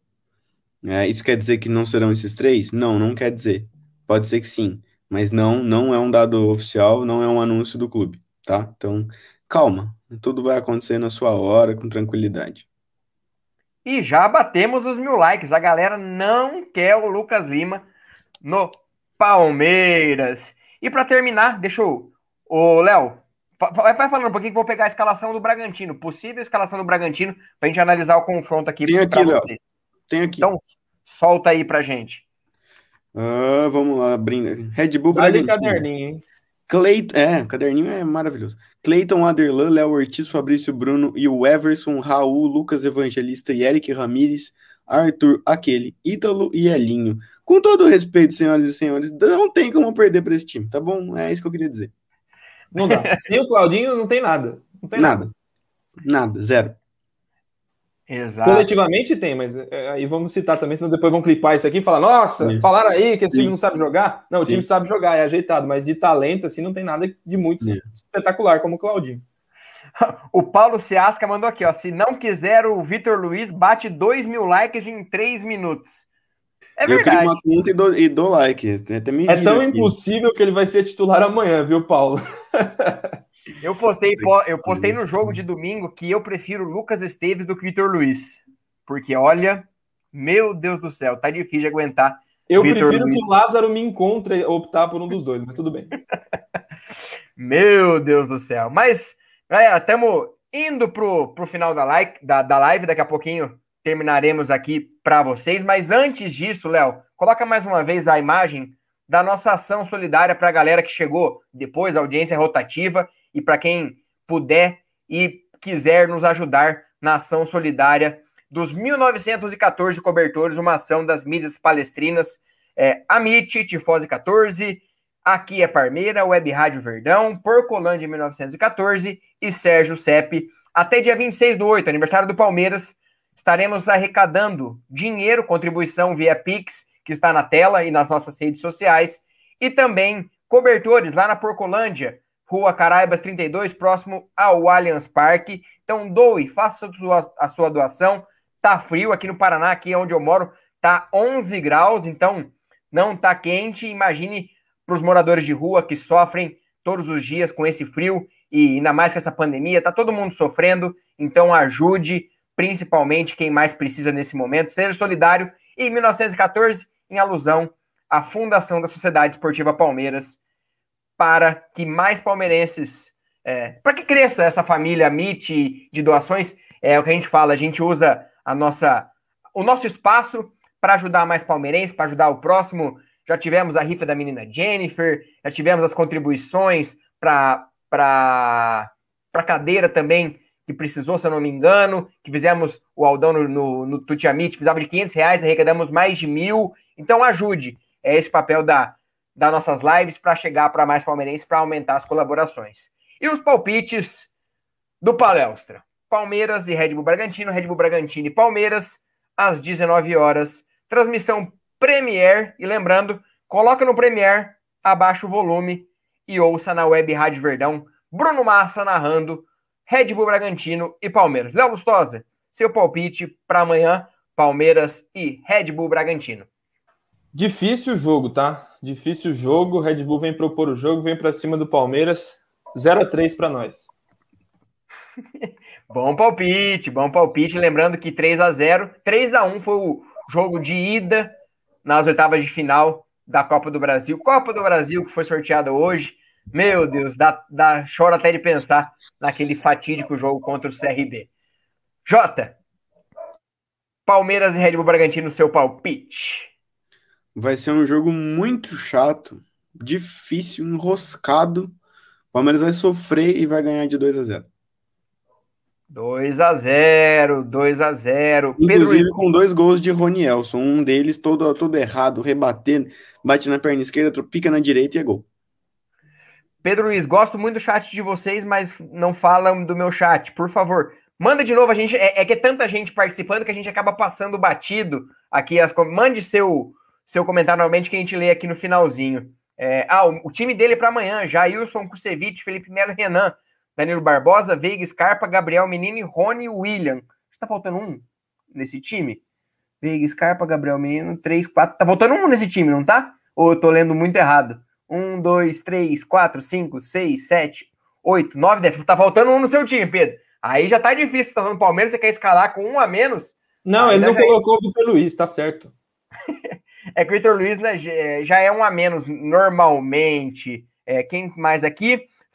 É, isso quer dizer que não serão esses três? Não, não quer dizer. Pode ser que sim, mas não, não é um dado oficial, não é um anúncio do clube, tá? Então, calma, tudo vai acontecer na sua hora, com tranquilidade. E já batemos os mil likes, a galera não quer o Lucas Lima no Palmeiras. E para terminar, deixa eu... Ô, Léo, Vai, vai falando um pouquinho que vou pegar a escalação do Bragantino, possível escalação do Bragantino, pra gente analisar o confronto aqui para vocês. Tem aqui. Então, solta aí pra gente. Ah, vamos lá, abrindo. Red Bull Dá-lhe Bragantino. caderninho, hein? Cleiton, é, o caderninho é maravilhoso. Cleiton, Aderlan, Léo Ortiz, Fabrício Bruno e o Everson, Raul, Lucas Evangelista e Eric Ramírez, Arthur, aquele, Ítalo e Elinho. Com todo o respeito, senhoras e senhores, não tem como perder para esse time, tá bom? É isso que eu queria dizer. Não dá. Sem o Claudinho não tem nada. Não tem nada. nada. Nada, zero. Exato. Coletivamente tem, mas é, aí vamos citar também, senão depois vão clipar isso aqui e falar, nossa, Sim. falaram aí que esse Sim. time não sabe jogar. Não, o Sim. time sabe jogar, é ajeitado, mas de talento, assim, não tem nada de muito Sim. espetacular, como o Claudinho. O Paulo Ciasca mandou aqui, ó, se não quiser o Vitor Luiz, bate dois mil likes em três minutos. É verdade. Eu crio uma conta e dou, e dou like. Até me é tão aqui. impossível que ele vai ser titular amanhã, viu, Paulo? Eu postei, eu postei no jogo de domingo que eu prefiro Lucas Esteves do que Vitor Luiz. Porque, olha, meu Deus do céu, tá difícil de aguentar. Eu Vitor prefiro Luiz. Que o Lázaro me encontre optar por um dos dois, mas tudo bem. Meu Deus do céu. Mas, galera, estamos indo pro, pro final da, like, da, da live, daqui a pouquinho terminaremos aqui para vocês. Mas antes disso, Léo, coloca mais uma vez a imagem da nossa ação solidária para a galera que chegou depois, a audiência rotativa, e para quem puder e quiser nos ajudar na ação solidária dos mil novecentos e catorze cobertores, uma ação das mídias palestrinas, é, Amit, Tifose catorze, Aqui é Parmeira, Web Rádio Verdão, Porcolândia mil novecentos e catorze e Sérgio Sepp. Até dia vinte e seis do oito, aniversário do Palmeiras, estaremos arrecadando dinheiro, contribuição via Pix, que está na tela e nas nossas redes sociais, e também cobertores lá na Porcolândia, Rua Caraibas trinta e dois, próximo ao Allianz Parque. Então doe, faça a sua, a sua doação. Tá frio aqui no Paraná, aqui onde eu moro, tá onze graus, então não tá quente. Imagine para os moradores de rua que sofrem todos os dias com esse frio, e ainda mais com essa pandemia, tá todo mundo sofrendo, então ajude, principalmente quem mais precisa nesse momento, seja solidário. E em mil novecentos e catorze, em alusão à fundação da Sociedade Esportiva Palmeiras, para que mais palmeirenses, é, para que cresça essa família M I T de doações, é o que a gente fala, a gente usa a nossa, o nosso espaço para ajudar mais palmeirenses, para ajudar o próximo. Já tivemos a rifa da menina Jennifer, já tivemos as contribuições para a cadeira também, que precisou, se eu não me engano, que fizemos o Aldão no, no, no Tuti Amit, precisava de quinhentos reais, arrecadamos mais de mil. Então ajude, é esse papel da, das nossas lives para chegar para mais palmeirenses, para aumentar as colaborações. E os palpites do Palestra. Palmeiras e Red Bull Bragantino, Red Bull Bragantino e Palmeiras, às dezenove horas. Transmissão Premier, e lembrando, coloca no Premier, abaixa o volume e ouça na Web Rádio Verdão, Bruno Massa narrando Red Bull Bragantino e Palmeiras. Léo Lustosa, seu palpite para amanhã, Palmeiras e Red Bull Bragantino. Difícil o jogo, tá? Difícil o jogo, Red Bull vem propor o jogo, vem para cima do Palmeiras, zero a três para nós. Bom palpite, bom palpite, lembrando que três a zero, três a um foi o jogo de ida nas oitavas de final da Copa do Brasil. Copa do Brasil que foi sorteada hoje. Meu Deus, dá, dá choro até de pensar naquele fatídico jogo contra o C R B. Jota, Palmeiras e Red Bull Bragantino, seu palpite. Vai ser um jogo muito chato, difícil, enroscado. O Palmeiras vai sofrer e vai ganhar de dois a zero. dois a zero, dois a zero. Inclusive Pedro... com dois gols de Ronielson, um deles todo, todo errado, rebatendo, bate na perna esquerda, pica na direita e é gol. Pedro Luiz, gosto muito do chat de vocês, mas não falam do meu chat, por favor. Manda de novo, a gente, é, é que é tanta gente participando que a gente acaba passando batido aqui. As, mande seu, seu comentário normalmente que a gente lê aqui no finalzinho. É, ah, o, o time dele para amanhã, Jailson, Kusevich, Felipe Melo, Renan, Danilo Barbosa, Veiga, Scarpa, Gabriel Menino e Rony William. Está faltando um nesse time? Veiga, Scarpa, Gabriel Menino, três, quatro. Tá faltando um nesse time, não tá? Ou eu tô lendo muito errado? Um, dois, três, quatro, cinco, seis, sete, oito, nove, dez. Tá faltando um no seu time, Pedro. Aí já tá difícil. Você tá falando Palmeiras, você quer escalar com um a menos? Não, ele não colocou o Vitor Luiz, tá certo. É que o Vitor Luiz, né, já é um a menos normalmente. É, quem mais aqui?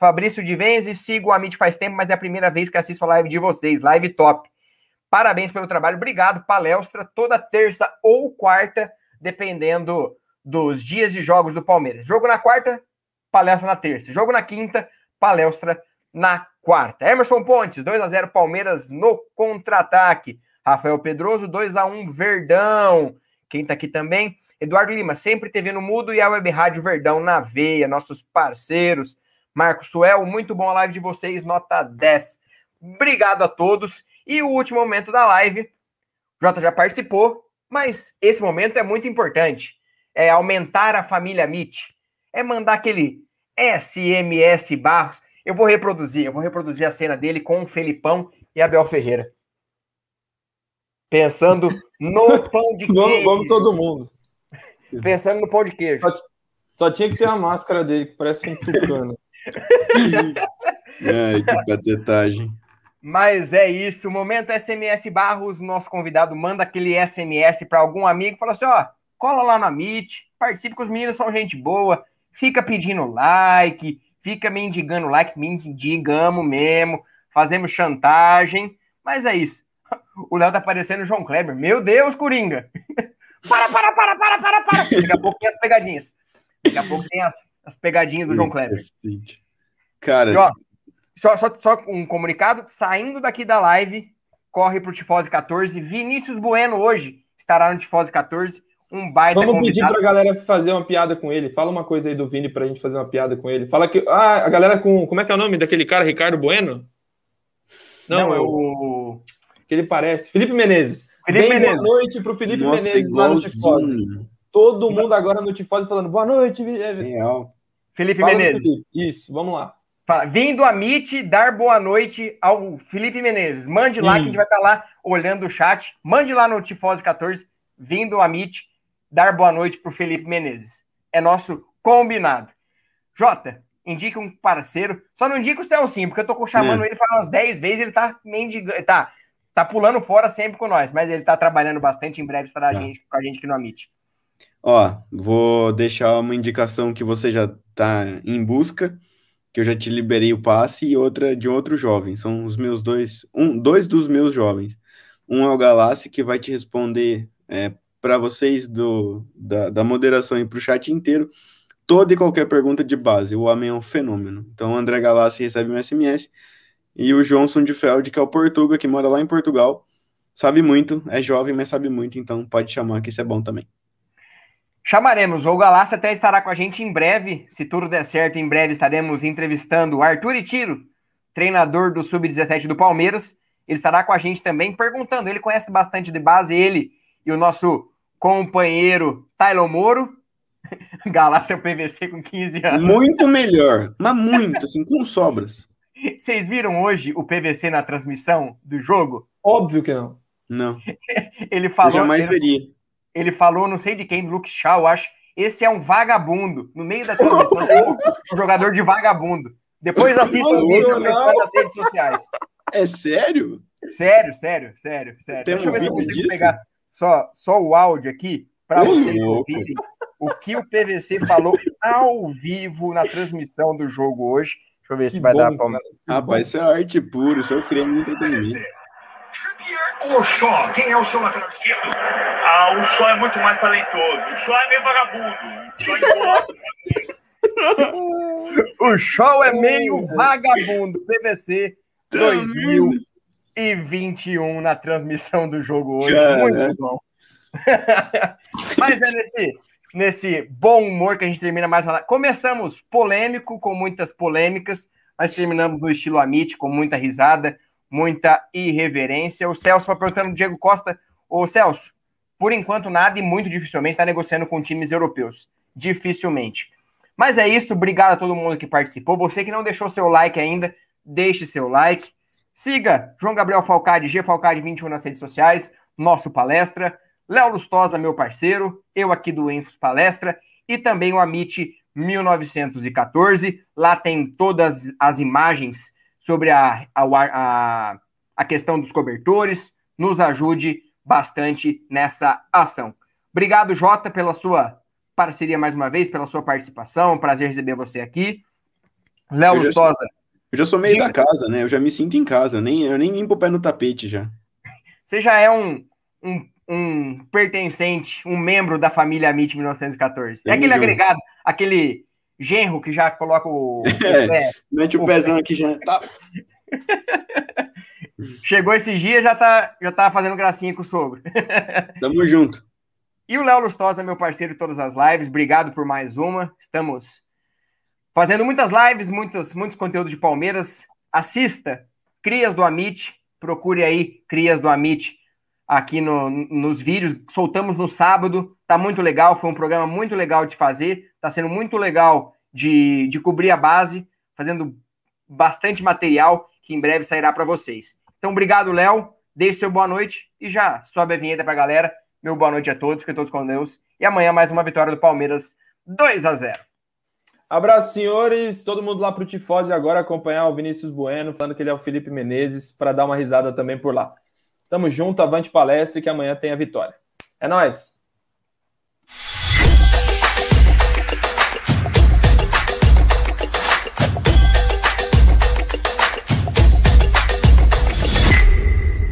Fabrício de Venzi, sigo o Amit faz tempo, mas é a primeira vez que assisto a live de vocês. Live top. Parabéns pelo trabalho. Obrigado. Palestra toda terça ou quarta, dependendo dos dias de jogos do Palmeiras. Jogo na quarta, palestra na terça. Jogo na quinta, palestra na quarta. Emerson Pontes, dois a zero Palmeiras no contra-ataque. Rafael Pedroso, dois a um Verdão. Quem tá aqui também? Eduardo Lima, sempre T V no mudo e a Web Rádio Verdão na veia. Nossos parceiros. Marcos Suel, muito bom a live de vocês, nota dez. Obrigado a todos. E o último momento da live, o Jota já participou, mas esse momento é muito importante. É aumentar a família Amit. É mandar aquele S M S Barros. Eu vou reproduzir, eu vou reproduzir a cena dele com o Felipão e Abel Ferreira. Pensando no pão de queijo. Vamos, vamos todo mundo. Pensando no pão de queijo. Só, só tinha que ter a máscara dele, que parece um tucano. Ai, que patetagem. Mas é isso, o momento S M S Barros, nosso convidado manda aquele S M S para algum amigo, fala assim, ó, cola lá na Meet, participe que os meninos são gente boa, fica pedindo like, fica mendigando like, mendigamos mesmo, fazemos chantagem, mas é isso. O Léo tá parecendo o João Kleber, meu Deus, Coringa! para, para, para, para, para, para! Daqui a pouco tem as pegadinhas. Daqui a pouco tem as, as pegadinhas do João Kleber. Cara... E, ó, Só, só, só um comunicado, saindo daqui da live, corre pro Tifose quatorze, Vinícius Bueno hoje estará no Tifose quatorze, um baita Vamos convidado. pedir pra galera fazer uma piada com ele, fala uma coisa aí do Vini pra gente fazer uma piada com ele, fala que, ah, a galera com, como é que é o nome daquele cara, Ricardo Bueno? Não, Não é o... que ele parece, Felipe Menezes. Felipe Bem, Menezes. boa noite pro Felipe Nossa, Menezes lá no Tifose. Todo mundo agora no Tifose falando, boa noite, Real. Felipe fala Menezes. Felipe. Isso, vamos lá. Vindo a Meet, dar boa noite ao Felipe Menezes. Mande lá, que a gente vai estar lá olhando o chat. Mande lá no Tifose quatorze, vindo a Meet, dar boa noite pro Felipe Menezes. É nosso combinado. Jota, indica um parceiro. Só não indica o Celcinho, porque eu tô chamando é. ele faz umas dez vezes, ele tá mendigando, tá, tá pulando fora sempre com nós, mas ele tá trabalhando bastante, em breve estará a gente, com a gente aqui no Amit. Ó, vou deixar uma indicação que você já tá em busca, que eu já te liberei o passe, e outra de outro jovem. São os meus dois, um, dois dos meus jovens. Um é o Galassi, que vai te responder é, para vocês do, da, da moderação e para o chat inteiro, toda e qualquer pergunta de base. O homem é um fenômeno. Então o André Galassi recebe um S M S, e o Johnson de Feld, que é o Portuga, que mora lá em Portugal, sabe muito, é jovem, mas sabe muito, então pode chamar, que isso é bom também. Chamaremos, o Galassi até estará com a gente em breve, se tudo der certo, em breve estaremos entrevistando o Arthur Itiro, treinador do sub dezessete do Palmeiras, ele estará com a gente também perguntando, ele conhece bastante de base, ele e o nosso companheiro Taylor Moro, Galassi é o P V C com quinze anos. Muito melhor, mas muito, assim, com sobras. Vocês viram hoje o P V C na transmissão do jogo? Óbvio que não. Não. Ele falou... Eu jamais ele... veria. Ele falou, não sei de quem, do Luke Shaw, acho. Esse é um vagabundo. No meio da transmissão, tem um jogador de vagabundo. Depois assista o vídeo nas redes sociais. É sério? Sério, sério, sério, sério. Tem Deixa eu um ver se eu vídeo consigo disso? pegar só, só o áudio aqui, para vocês ouvirem o que o P V C falou ao vivo na transmissão do jogo hoje. Deixa eu ver se Que vai bom, dar para... Rapaz, isso é arte pura, isso é o creme de entretenimento. Trippier ou Shaw? Quem é o Shaw lateral esquerdo? Ah, o Shaw é muito mais talentoso. O Shaw é meio vagabundo. O Shaw é, o Shaw é meio vagabundo. P V C dois mil e vinte e um na transmissão do jogo hoje. Cara, muito bom. Mas é nesse, nesse bom humor que a gente termina mais uma... Começamos polêmico, com muitas polêmicas, mas terminamos no estilo Amit, com muita risada, muita irreverência. O Celso vai perguntando ao Diego Costa, ô Celso, por enquanto nada e muito dificilmente está negociando com times europeus. Dificilmente. Mas é isso, obrigado a todo mundo que participou. Você que não deixou seu like ainda, deixe seu like. Siga João Gabriel Falcade, G Falcade vinte e um nas redes sociais, nosso palestra. Léo Lustosa, meu parceiro, eu aqui do Enfos Palestra, e também o Amit mil novecentos e quatorze. Lá tem todas as imagens sobre a, a, a, a questão dos cobertores. Nos ajude bastante nessa ação. Obrigado, Jota, pela sua parceria mais uma vez, pela sua participação. Prazer receber você aqui. Léo Eu já Lustosa. Eu já sou meio Diga. da casa, né? Eu já me sinto em casa. Eu nem, eu nem limpo o pé no tapete já. Você já é um, um, um pertencente, um membro da família Amit mil novecentos e catorze. É Tamo aquele junto. agregado, aquele genro que já coloca o, o É, pé. mete o o pezão aqui já. Tá. Chegou esses dias, já tá, já tá fazendo gracinha com o sogro. Tamo junto. E o Léo Lustosa, meu parceiro de todas as lives, obrigado por mais uma. Estamos fazendo muitas lives, muitas, muitos conteúdos de Palmeiras. Assista Crias do Amit, procure aí Crias do Amit aqui no, nos vídeos. Soltamos no sábado, tá muito legal, foi um programa muito legal de fazer, tá sendo muito legal de, de cobrir a base, fazendo bastante material que em breve sairá para vocês. Então, obrigado, Léo, deixe seu boa noite e já sobe a vinheta pra galera. Meu boa noite a todos, fiquem todos com Deus. E amanhã mais uma vitória do Palmeiras, dois a zero. Abraço, senhores. Todo mundo lá pro Tifose agora acompanhar o Vinícius Bueno, falando que ele é o Felipe Menezes, para dar uma risada também por lá. Tamo junto, avante palestra e que amanhã tem a vitória. É nóis!